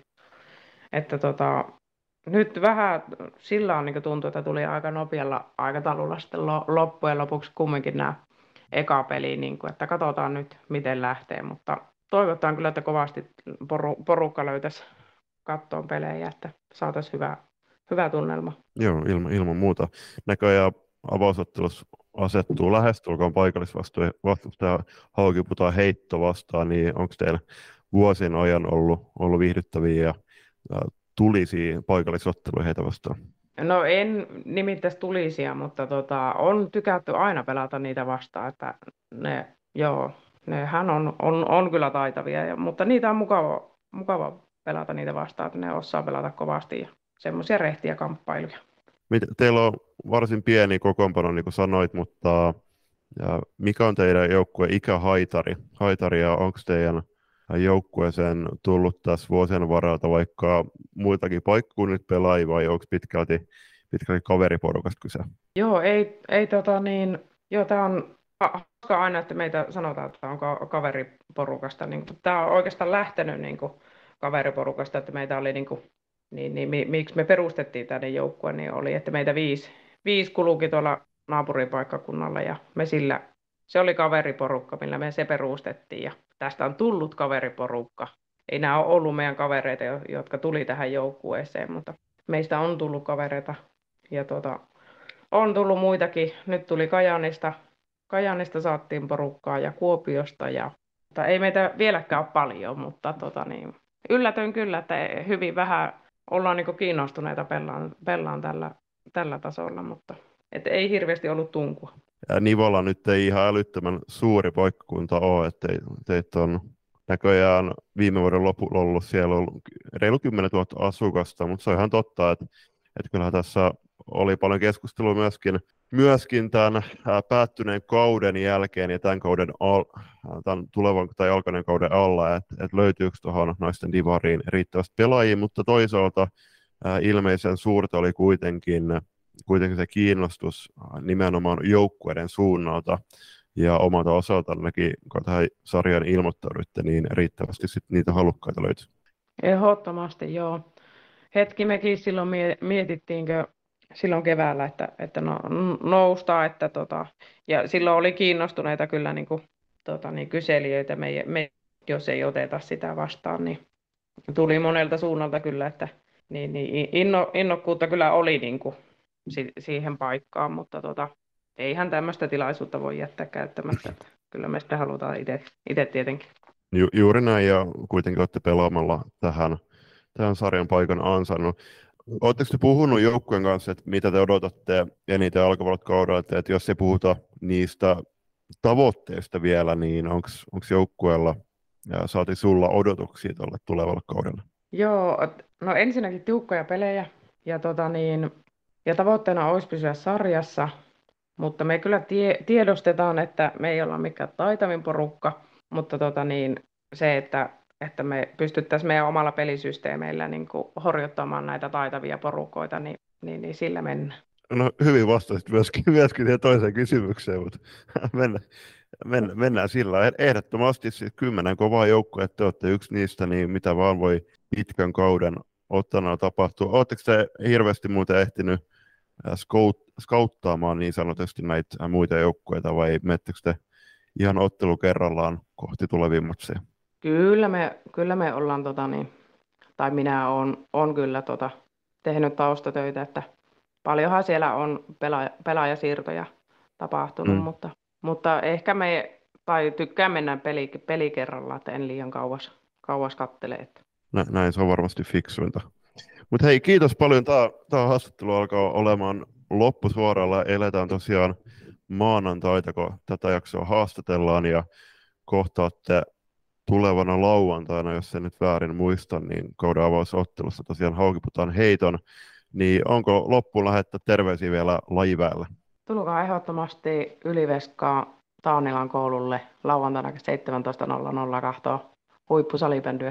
Että tota, nyt vähän sillä on niin tuntuu, että tuli aika nopealla aikataululla sitten lo- loppujen lopuksi kumminkin nämä eka peli, niin kuin, että katsotaan nyt miten lähtee, mutta toivotaan kyllä, että kovasti poru- porukka löytäisi kattoon pelejä, että saataisiin hyvä, hyvä tunnelma. Joo, ilman, ilman muuta. Näköjään avausottelussa asettuu lähestulkoon paikallisvastustaja Haukiputaan heitto vastaan, niin onko teillä vuosien ajan ollut, ollut viihdyttäviä ja ja tulisia paikallisotteluja heitä vastaan? No en nimittäisi tulisia, mutta tota, on tykätty aina pelata niitä vastaan, että ne, joo, nehän on, on, on kyllä taitavia, ja, mutta niitä on mukava, mukava pelata niitä vastaan, että ne osaa pelata kovasti ja semmoisia rehtiä kamppailuja. Mit- Teillä on varsin pieni kokoonpano, niin kuin sanoit, mutta ja mikä on teidän joukkueen ikähaitari? Haitari ja onko teidän joukkueeseen tullut tässä vuosien varalta vaikka muitakin paikkakunnit pelaajia vai onko pitkälti, pitkälti kaveriporukasta kyse? Joo, ei, ei tota niin, joo, tää on ha- hauska aina, että meitä sanotaan, että on ka- kaveriporukasta, niin tämä on oikeastaan lähtenyt niin kuin kaveriporukasta, että meitä oli niin kuin, niin, niin mi, miksi me perustettiin tänne joukkue, niin oli, että meitä viisi, viisi kuluki tuolla naapuripaikkakunnalla ja me sillä, se oli kaveriporukka, millä me se perustettiin ja tästä on tullut kaveriporukka. Ei nämä ole ollut meidän kavereita, jo- jotka tuli tähän joukkueeseen, mutta meistä on tullut kavereita ja tuota, on tullut muitakin. Nyt tuli Kajaanista. Kajaanista saatiin porukkaa ja Kuopiosta. Ja, mutta ei meitä vieläkään ole paljon, mutta tota niin, yllätyin kyllä, että hyvin vähän ollaan niin kiinnostuneita pelaan, pelaan tällä, tällä tasolla, mutta et ei hirveästi ollut tunkua. Ja Nivola nyt ei ihan älyttömän suuri paikkakunta ole, että te- teitä on näköjään viime vuoden lopulla ollut siellä ollut reilu kymmenen tuhatta asukasta, mutta se on ihan totta, että, että kyllähän tässä oli paljon keskustelua myöskin, myöskin tämän ää, päättyneen kauden jälkeen ja tämän, kauden al, tämän tulevan tai alkaneen kauden alla, että, että löytyykö tuohon naisten divariin riittävästi pelaajia, mutta toisaalta ää, ilmeisen suurta oli kuitenkin kuitenkin se kiinnostus nimenomaan joukkueiden suunnalta ja omalta osaltaan ainakin, kun tähän sarjan ilmoittauduitte, niin riittävästi sit niitä halukkaita löytyy. Ehdottomasti, joo. Hetki mekin silloin mie- mietittiinkö silloin keväällä, että, että no, noustaa, että tota, ja silloin oli kiinnostuneita kyllä niin kuin, tota, niin kyselijöitä, me, me, jos ei oteta sitä vastaan, niin tuli monelta suunnalta kyllä, että niin, niin inno, innokkuutta kyllä oli niin kuin, si, siihen paikkaan, mutta tota, eihän tämmöistä tilaisuutta voi jättää käyttämättä, että kyllä me sitä halutaan itse tietenkin. Ju- juuri näin, ja kuitenkin olette pelaamalla tähän, tähän sarjan paikan ansainnut. Oletteko te puhunut joukkueen kanssa, että mitä te odotatte eniten alkavalle kaudella, että että jos ei puhuta niistä tavoitteista vielä, niin onko joukkueella ja saati sulla odotuksia tuolle tulevalle kaudelle? Joo, no ensinnäkin tiukkoja pelejä ja, tota niin, ja tavoitteena olisi pysyä sarjassa, mutta me kyllä tie, tiedostetaan, että me ei olla mikään taitavin porukka, mutta tota niin, se, että, että me pystyttäisiin meidän omalla pelisysteemeillä niin kuin horjuttamaan näitä taitavia porukoita, niin, niin, niin sillä mennään. No hyvin vastasit myöskin, myöskin siihen toiseen kysymykseen, mutta mennään, mennään, mennään sillä. Ehdottomasti siis kymmenen kovaa joukkoa, että te olette yksi niistä, niin mitä vaan voi pitkän kauden ottana tapahtua. Oletteko te hirveästi muuten ehtinyt scout, scouttaamaan niin sanotusti näitä muita joukkueita vai menettekö te ihan ottelu kerrallaan kohti tulevia matseja? Kyllä me, kyllä me ollaan, tota niin, tai minä olen on kyllä tota, tehnyt taustatöitä, että paljonhan siellä on pelaaja, pelaajasiirtoja tapahtunut, Mm. mutta Mutta ehkä me, tai tykkään mennä peli, peli kerrallaan, että en liian kauas, kauas kattele. Että. Nä, näin se on varmasti fiksuinta. Mutta hei, kiitos paljon. Tämä, tämä haastattelu alkaa olemaan loppusuoralla. Eletään tosiaan maanantaita, kun tätä jaksoa haastatellaan, ja kohtaatte tulevana lauantaina, jos en nyt väärin muista, niin kauden avausottelussa tosiaan Haukiputaan heiton. Niin onko loppuun lähettää terveisiä vielä lajiväelle? Tulkaa ehdottomasti Yliveskaan Taanilan koululle lauantaina seitsemäntoista nolla nolla kahtoa huippusalibändyä.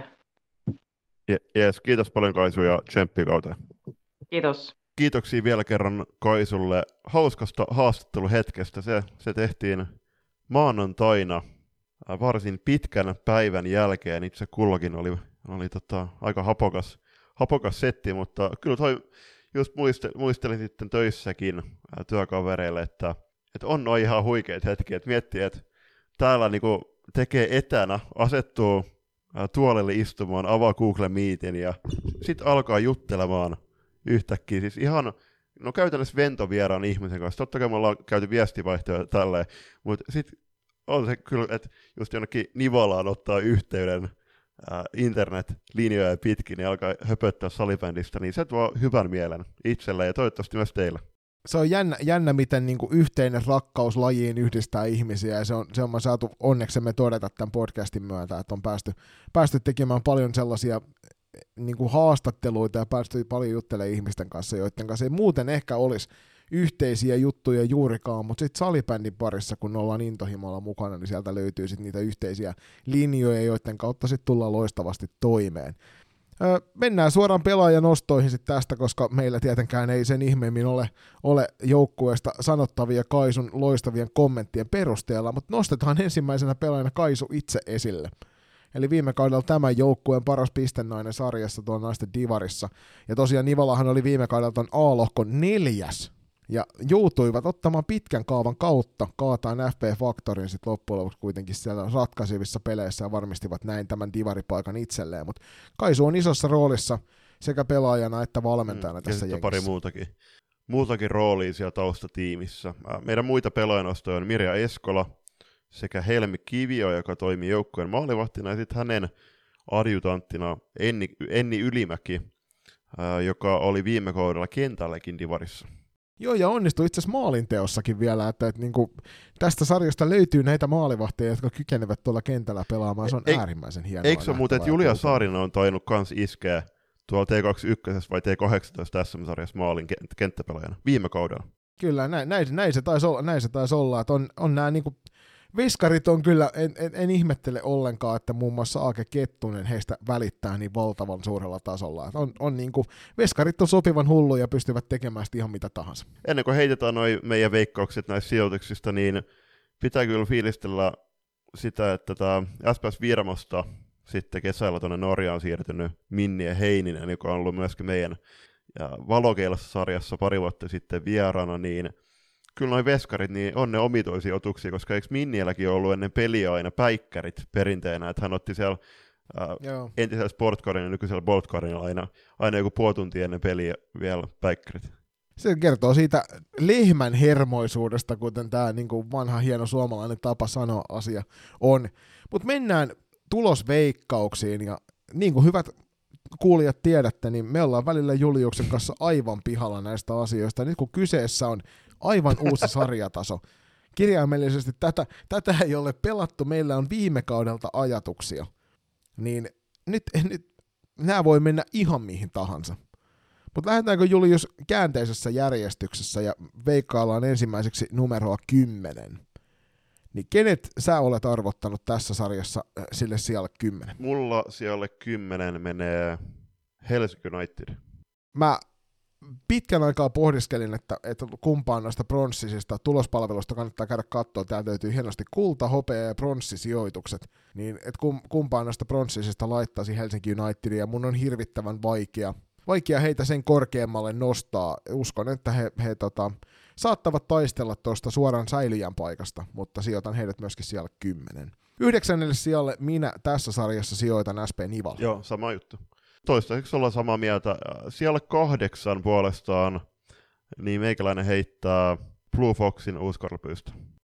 Jees, kiitos paljon Kaisu ja tsemppi kauteen. Kiitos. Kiitoksia vielä kerran Kaisulle hauskasta haastatteluhetkestä. Se, se tehtiin maanantaina varsin pitkän päivän jälkeen. Itse kullakin oli, oli tota, aika hapokas, hapokas setti, mutta kyllä toi just muistelin, muistelin sitten töissäkin ää, työkavereille, että, että on noin ihan huikeat hetkiä. Että miettii, että täällä niinku tekee etänä, asettuu ää, tuolille istumaan, avaa Google Meetin ja sitten alkaa juttelemaan yhtäkkiä. Siis ihan, no käytännössä ventovieraan ihmisen kanssa. Totta kai me ollaan käyty viestivaihtoja tälleen, mutta sitten on se kyllä, että just jonnekin Nivalaan ottaa yhteyden ää, internet-linjoja pitkin ja alkaa höpöttää salibändistä, niin se tuo hyvän mielen itselle ja toivottavasti myös teille. Se on jännä, jännä miten niinku yhteinen rakkaus lajiin yhdistää ihmisiä, ja se on, se on saatu onneksemme todeta tämän podcastin myötä, että on päästy, päästy tekemään paljon sellaisia niinku haastatteluita ja päästy paljon juttelemaan ihmisten kanssa, joiden kanssa ei muuten ehkä olisi yhteisiä juttuja juurikaan, mutta sitten salibändin parissa, kun ollaan intohimolla mukana, niin sieltä löytyy sitten niitä yhteisiä linjoja, joiden kautta sitten tullaan loistavasti toimeen. Öö, mennään suoraan pelaajanostoihin sitten tästä, koska meillä tietenkään ei sen ihmeemmin ole, ole joukkueesta sanottavia Kaisun loistavien kommenttien perusteella, mutta nostetaan ensimmäisenä pelaajana Kaisu itse esille. Eli viime kaudella tämän joukkueen paras pistennainen sarjassa tuolla naisten divarissa. Ja tosiaan Nivalahan oli viime kaudella tuon A-lohkon neljäs. Ja joutuivat ottamaan pitkän kaavan kautta kaataan F P Factorin sitten loppujen lopuksi kuitenkin siellä ratkaisevissa peleissä ja varmistivat näin tämän divaripaikan itselleen. Mutta Kaisu on isossa roolissa sekä pelaajana että valmentajana mm, tässä jengissä. Pari muutakin, muutakin roolia siellä taustatiimissä. Meidän muita pelaajanostoja on Mirja Eskola sekä Helmi Kivio, joka toimii joukkueen maalivahtina, ja sitten hänen adjutanttina Enni, Enni Ylimäki, ää, joka oli viime kaudella kentälläkin divarissa. Joo, ja onnistui itse asiassa maalinteossakin vielä, että, että niin kuin tästä sarjasta löytyy näitä maalivahteja, jotka kykenevät tuolla kentällä pelaamaan. Se on e- äärimmäisen hienoa. Eikö se ole muuten, että Julia Saarinen on tainnut kans iskeä tuolla T kaksikymmentäyksi vai T kahdeksantoista S M-sarjassa maalin kenttäpelaajana viime kaudella? Kyllä, näin, näin, näin se taisi olla, näin se taisi olla että on, on nämä niinku veskarit on kyllä, en, en, en ihmettele ollenkaan, että muun muassa Aake Kettunen heistä välittää niin valtavan suurella tasolla. On, on niin kuin, veskarit on sopivan hulluja ja pystyvät tekemään ihan mitä tahansa. Ennen kuin heitetään noi meidän veikkaukset näistä sijoituksista, niin pitää kyllä fiilistellä sitä, että tämä S P S Virmosta sitten kesällä tuonne Norjaan siirtynyt Minnie Heininen, joka on ollut myöskin meidän Valokeilassa sarjassa pari vuotta sitten vieraana, niin kyllä noi veskarit niin on ne omituisia otuksia, koska eikö Minnielläkin ollut ennen peliä aina päikkärit perinteenä, että hän otti siellä ää, entisellä Sportcarin ja nykyisellä Boltcarinilla aina, aina joku puoli tuntia ennen peliä vielä päikkärit. Se kertoo siitä lehmän hermoisuudesta, kuten tämä niin kuin vanha hieno suomalainen tapa sanoa asia on. Mutta mennään tulosveikkauksiin, ja niin kuin hyvät kuulijat tiedätte, niin me ollaan välillä Juliuksen kanssa aivan pihalla näistä asioista. Nyt kun kyseessä on aivan uusi sarjataso. Kirjaimellisesti tätä, tätä ei ole pelattu, meillä on viime kaudelta ajatuksia. Niin nyt, nyt nämä voi mennä ihan mihin tahansa. Mutta lähdetäänkö Julius käänteisessä järjestyksessä ja veikkaillaan ensimmäiseksi numeroa kymmenen. Niin kenet sä olet arvottanut tässä sarjassa sille sijalle kymmenen? Mulla sijalle kymmenen menee Helsinki United. Mä pitkän aikaa pohdiskelin, että, että kumpaan noista pronssisista tulospalveluista kannattaa käydä katsoa. Täältä löytyy hienosti kulta, hopea ja pronssisijoitukset. Niin, että kumpaan noista pronssisista laittaisi Helsinki Unitedia, ja mun on hirvittävän vaikea, vaikea heitä sen korkeammalle nostaa. Uskon, että he, he tota, saattavat taistella tuosta suoraan säilyjän paikasta, mutta sijoitan heidät myöskin siellä kymmenen. Yhdeksännelle sijalle minä tässä sarjassa sijoitan S P Nivala. Joo, sama juttu. Toistaiseksi ollaan samaa mieltä. Siellä kahdeksan puolestaan, niin meikäläinen heittää Blue Foxin Uuskorpyystä.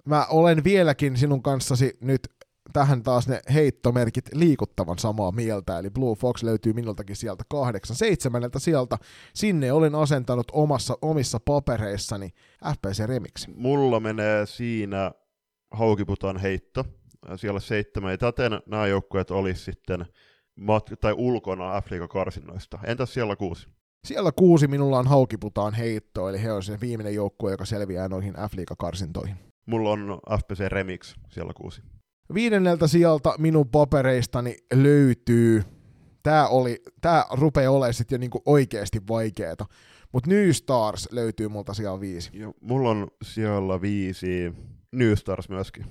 mä olen vieläkin sinun kanssasi nyt tähän taas ne heittomerkit liikuttavan samaa mieltä, eli Blue Fox löytyy minultakin sieltä kahdeksan. Seitsemänneltä sieltä sinne olen asentanut omassa, omissa papereissani F P C Remixin. Mulla menee siinä Haukiputaan heitto, siellä seitsemän, ja täten nämä joukkueet olisi sitten mat- tai ulkona F-liiga-karsinnoista. Entäs siellä kuusi? Siellä kuusi minulla on Haukiputaan heitto, eli he on se viimeinen joukkue, joka selviää noihin F-liiga-karsintoihin. Mulla on F P C Remix siellä kuusi. Viidenneltä sieltä minun papereistani löytyy, tää, oli, tää rupeaa olemaan sitten jo niinku oikeasti vaikeeta, mutta New Stars löytyy multa siellä viisi. Joo, mulla on siellä viisi New Stars myöskin.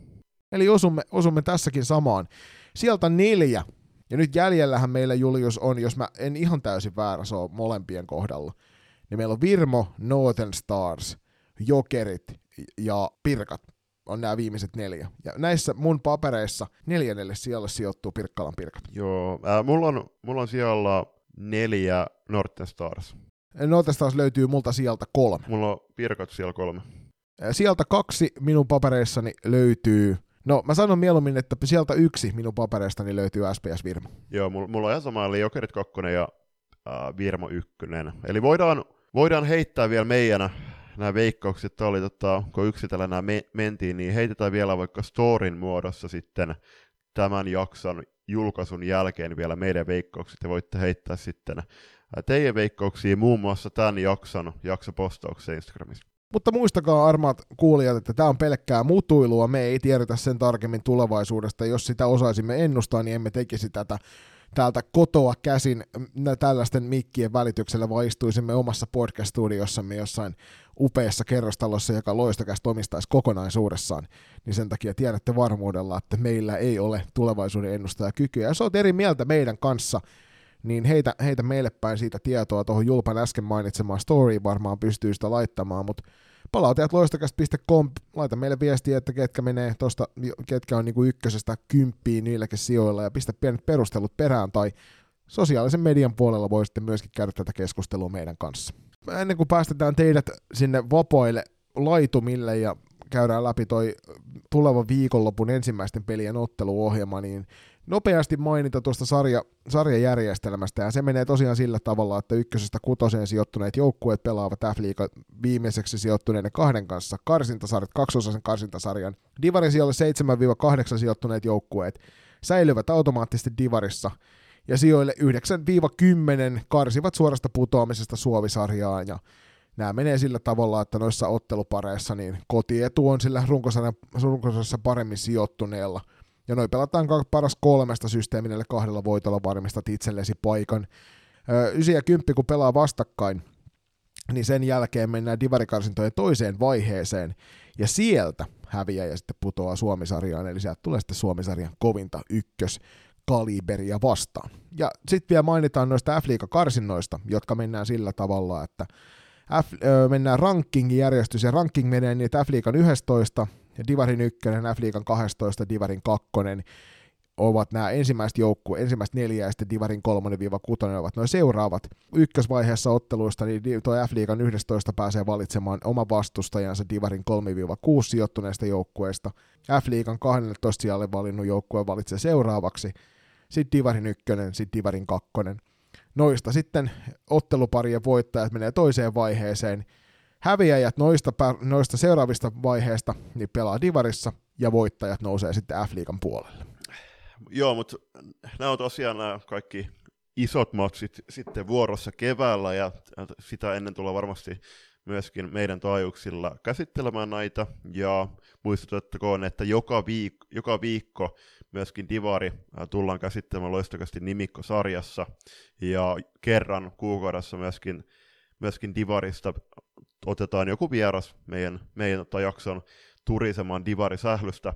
Eli osumme, osumme tässäkin samaan. Sieltä neljä, ja nyt jäljellähän meillä Julius on, jos mä en ihan täysin väärässä ole molempien kohdalla, niin meillä on Virmo, Northern Stars, Jokerit ja Pirkat. On nämä viimeiset neljä. Ja näissä mun papereissa neljännelle siellä sijoittuu Pirkkalan Pirkat. Joo, äh, mulla, on, mulla on siellä neljä Northern Stars. Northern Stars löytyy multa sieltä kolme. Mulla on Pirkat siellä kolme. Sieltä kaksi minun papereissani löytyy, no mä sanon mieluummin, että sieltä yksi minun papereistani löytyy S P S Virmo. Joo, mulla, mulla on ihan sama, eli Jokerit kakkonen ja äh, Virmo ykkönen. Eli voidaan, voidaan heittää vielä meidän nämä veikkaukset, oli, tota, kun yksitellä nämä me, mentiin, niin heitetään vielä vaikka storin muodossa sitten tämän jakson julkaisun jälkeen vielä meidän veikkaukset, ja voitte heittää sitten teidän veikkauksia muun muassa tämän jakson jaksopostaukseen Instagramissa. Mutta muistakaa armaat kuulijat, että tämä on pelkkää mutuilua, me ei tiedetä sen tarkemmin tulevaisuudesta, jos sitä osaisimme ennustaa, niin emme tekisi tätä täältä kotoa käsin tällaisten mikkien välityksellä, vaan istuisimme omassa podcast-studiossamme jossain upeassa kerrostalossa, joka Loistokästä omistaisi kokonaisuudessaan, niin sen takia tiedätte varmuudella, että meillä ei ole tulevaisuuden ennustajakykyä. Ja jos olet eri mieltä meidän kanssa, niin heitä, heitä meille päin siitä tietoa, tuohon Julpan äsken mainitsemaan storyin varmaan pystyy sitä laittamaan, mutta palautajat loistokästä piste com, laita meille viestiä, että ketkä menee tosta, ketkä on niinku ykkösestä kymppiin niilläkin sijoilla, ja pistä pienet perustelut perään, tai sosiaalisen median puolella voi sitten myöskin käydä tätä keskustelua meidän kanssa. Ennen kuin päästetään teidät sinne vapaille laitumille ja käydään läpi toi tulevan viikonlopun ensimmäisten pelien otteluohjelma, niin nopeasti mainita tuosta sarja, sarjajärjestelmästä, ja se menee tosiaan sillä tavalla, että ykkösestä kutoseen sijoittuneet joukkueet pelaavat F-liiga viimeiseksi sijoittuneiden kahden kanssa karsintasarjat, kaksiosaisen karsintasarjan. Divarin sijoille seitsemän kahdeksan sijoittuneet joukkueet säilyvät automaattisesti Divarissa, ja sijoille yhdeksän kymmenen karsivat suorasta putoamisesta Suomi-sarjaan, ja nämä menee sillä tavalla, että noissa ottelupareissa niin kotietu on sillä runkosarjassa paremmin sijoittuneella. Ja noi pelataan paras kolmesta systeemillä kahdella voitolla varmistat itsellesi paikan. yhdeksän ja kymmenen kun pelaa vastakkain, niin sen jälkeen mennään divarikarsintojen toiseen vaiheeseen, ja sieltä häviäjä sitten putoaa Suomi-sarjaan, eli sieltä tulee sitten Suomi-sarjan kovinta ykköskaliberia vastaan. Ja sitten vielä mainitaan noista F-liiga-karsinnoista, jotka mennään sillä tavalla, että F, ö, mennään ranking-järjestys, ja ranking menee niin, että F-liigan yksitoista, ja Divarin ykkönen, F-liigan kaksitoista, Divarin kakkonen ovat nämä ensimmäiset joukkueet, ensimmäiset neljä, ja sitten Divarin kolmonen kuusi ovat noin seuraavat. Ykkösvaiheessa otteluista, niin tuo F-liigan yksitoista pääsee valitsemaan oman vastustajansa Divarin kolme kuusi sijoittuneista joukkueista. F-liigan kaksitoista sijalle valinnut joukkue valitsee seuraavaksi, sitten Divarin ykkönen, sitten Divarin kakkonen. Noista sitten otteluparien voittajat menee toiseen vaiheeseen. Häviäjät noista, noista seuraavista vaiheista niin pelaa Divarissa, ja voittajat nousee sitten F-liigan puolelle. Joo, mutta nämä on tosiaan nämä kaikki isot matsit sitten vuorossa keväällä, ja sitä ennen tulee varmasti myöskin meidän taajuuksilla käsittelemään näitä, ja muistutettakoon, että joka, viik- joka viikko myöskin Divari tullaan käsittelemään Loistokasti nimikkosarjassa, ja kerran kuukaudessa myöskin, myöskin Divarista otetaan joku vieras meidän, meidän tai jakson turisemaan Divari-sählystä.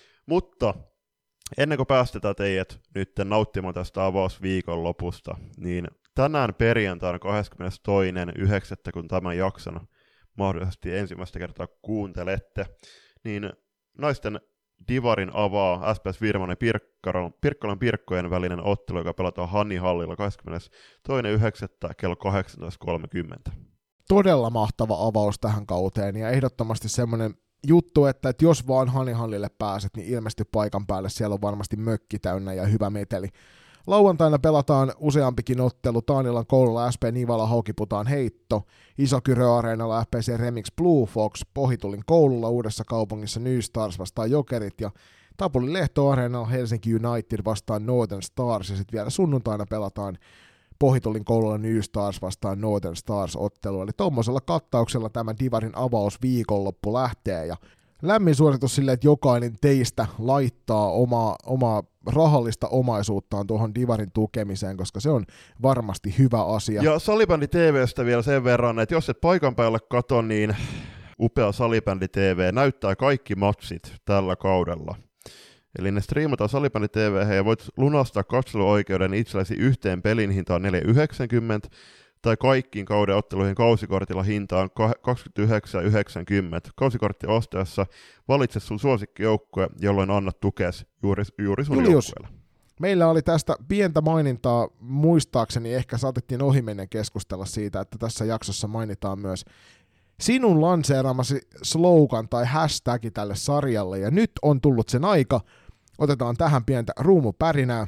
Mutta ennen kuin päästetään teidät nyt nauttimaan tästä avausviikon lopusta, niin tänään perjantaina kahdeskymmenestoinen yhdeksättä kun tämän jakson mahdollisesti ensimmäistä kertaa kuuntelette, niin naisten Divarin avaa S P S Virman ja Pirkkalan, Pirkkalan Pirkkojen välinen ottelu, joka pelataan Hannihallilla kahdeskymmenestoinen yhdeksättä kello kahdeksantoista kolmekymmentä. Todella mahtava avaus tähän kauteen, ja ehdottomasti semmoinen juttu, että, että jos vaan Hanihallille pääset, niin ilmesty paikan päälle, siellä on varmasti mökki täynnä ja hyvä meteli. Lauantaina pelataan useampikin ottelu, Taanilan koululla S P Nivala Haukiputaan heitto, Isokyrö-areenalla F P C Remix Blue Fox, Pohitulin koululla Uudessa kaupungissa New Stars vastaan Jokerit ja Tapulin Lehto-areenalla Helsinki United vastaan Northern Stars ja sitten vielä sunnuntaina pelataan Pohitulin koululla New Stars vastaan Northern Stars-ottelu. Eli tuommoisella kattauksella tämä Divarin avaus viikonloppu lähtee ja lämmin suoritus sille, että jokainen teistä laittaa omaa, omaa rahallista omaisuuttaan tuohon Divarin tukemiseen, koska se on varmasti hyvä asia. Ja Salibändi T V:stä vielä sen verran, että jos et paikan päälle katso, niin upea Salibändi T V näyttää kaikki matsit tällä kaudella. Eli ne striimataan Salibändi T V:hen ja voit lunastaa katseluoikeuden itsellesi yhteen pelin hintaan neljä yhdeksänkymmentä tai kaikkiin kauden otteluihin kausikortilla hintaan kaksikymmentäyhdeksän yhdeksänkymmentä. Kausikortti ostaessa valitse sun suosikkijoukkue, jolloin annat tukes juuri, juuri sun Julius, joukkueelle. Meillä oli tästä pientä mainintaa, muistaakseni ehkä saatettiin ohimennen keskustella siitä, että tässä jaksossa mainitaan myös sinun lanseeraamasi slogan tai hashtagi tälle sarjalle, ja nyt on tullut sen aika. Otetaan tähän pientä ruumupärinää.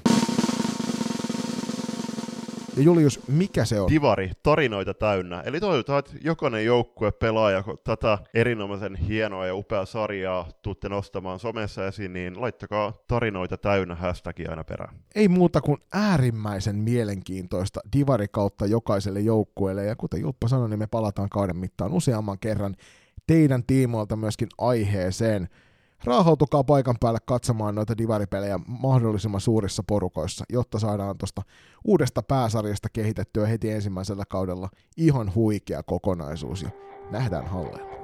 Ja Julius, mikä se on? Divari, tarinoita täynnä. Eli toivotaan, että jokainen joukkue pelaaja tätä erinomaisen hienoa ja upeaa sarjaa tuutte nostamaan somessa esiin, niin laittakaa tarinoita täynnä hashtagia aina perään. Ei muuta kuin äärimmäisen mielenkiintoista Divari kautta jokaiselle joukkueelle, ja kuten Julppa sanoi, niin me palataan kauden mittaan useamman kerran teidän tiimoilta myöskin aiheeseen. Raahautukaa paikan päälle katsomaan noita divaripelejä mahdollisimman suurissa porukoissa, jotta saadaan tuosta uudesta pääsarjasta kehitettyä heti ensimmäisellä kaudella ihan huikea kokonaisuus ja nähdään halleilla.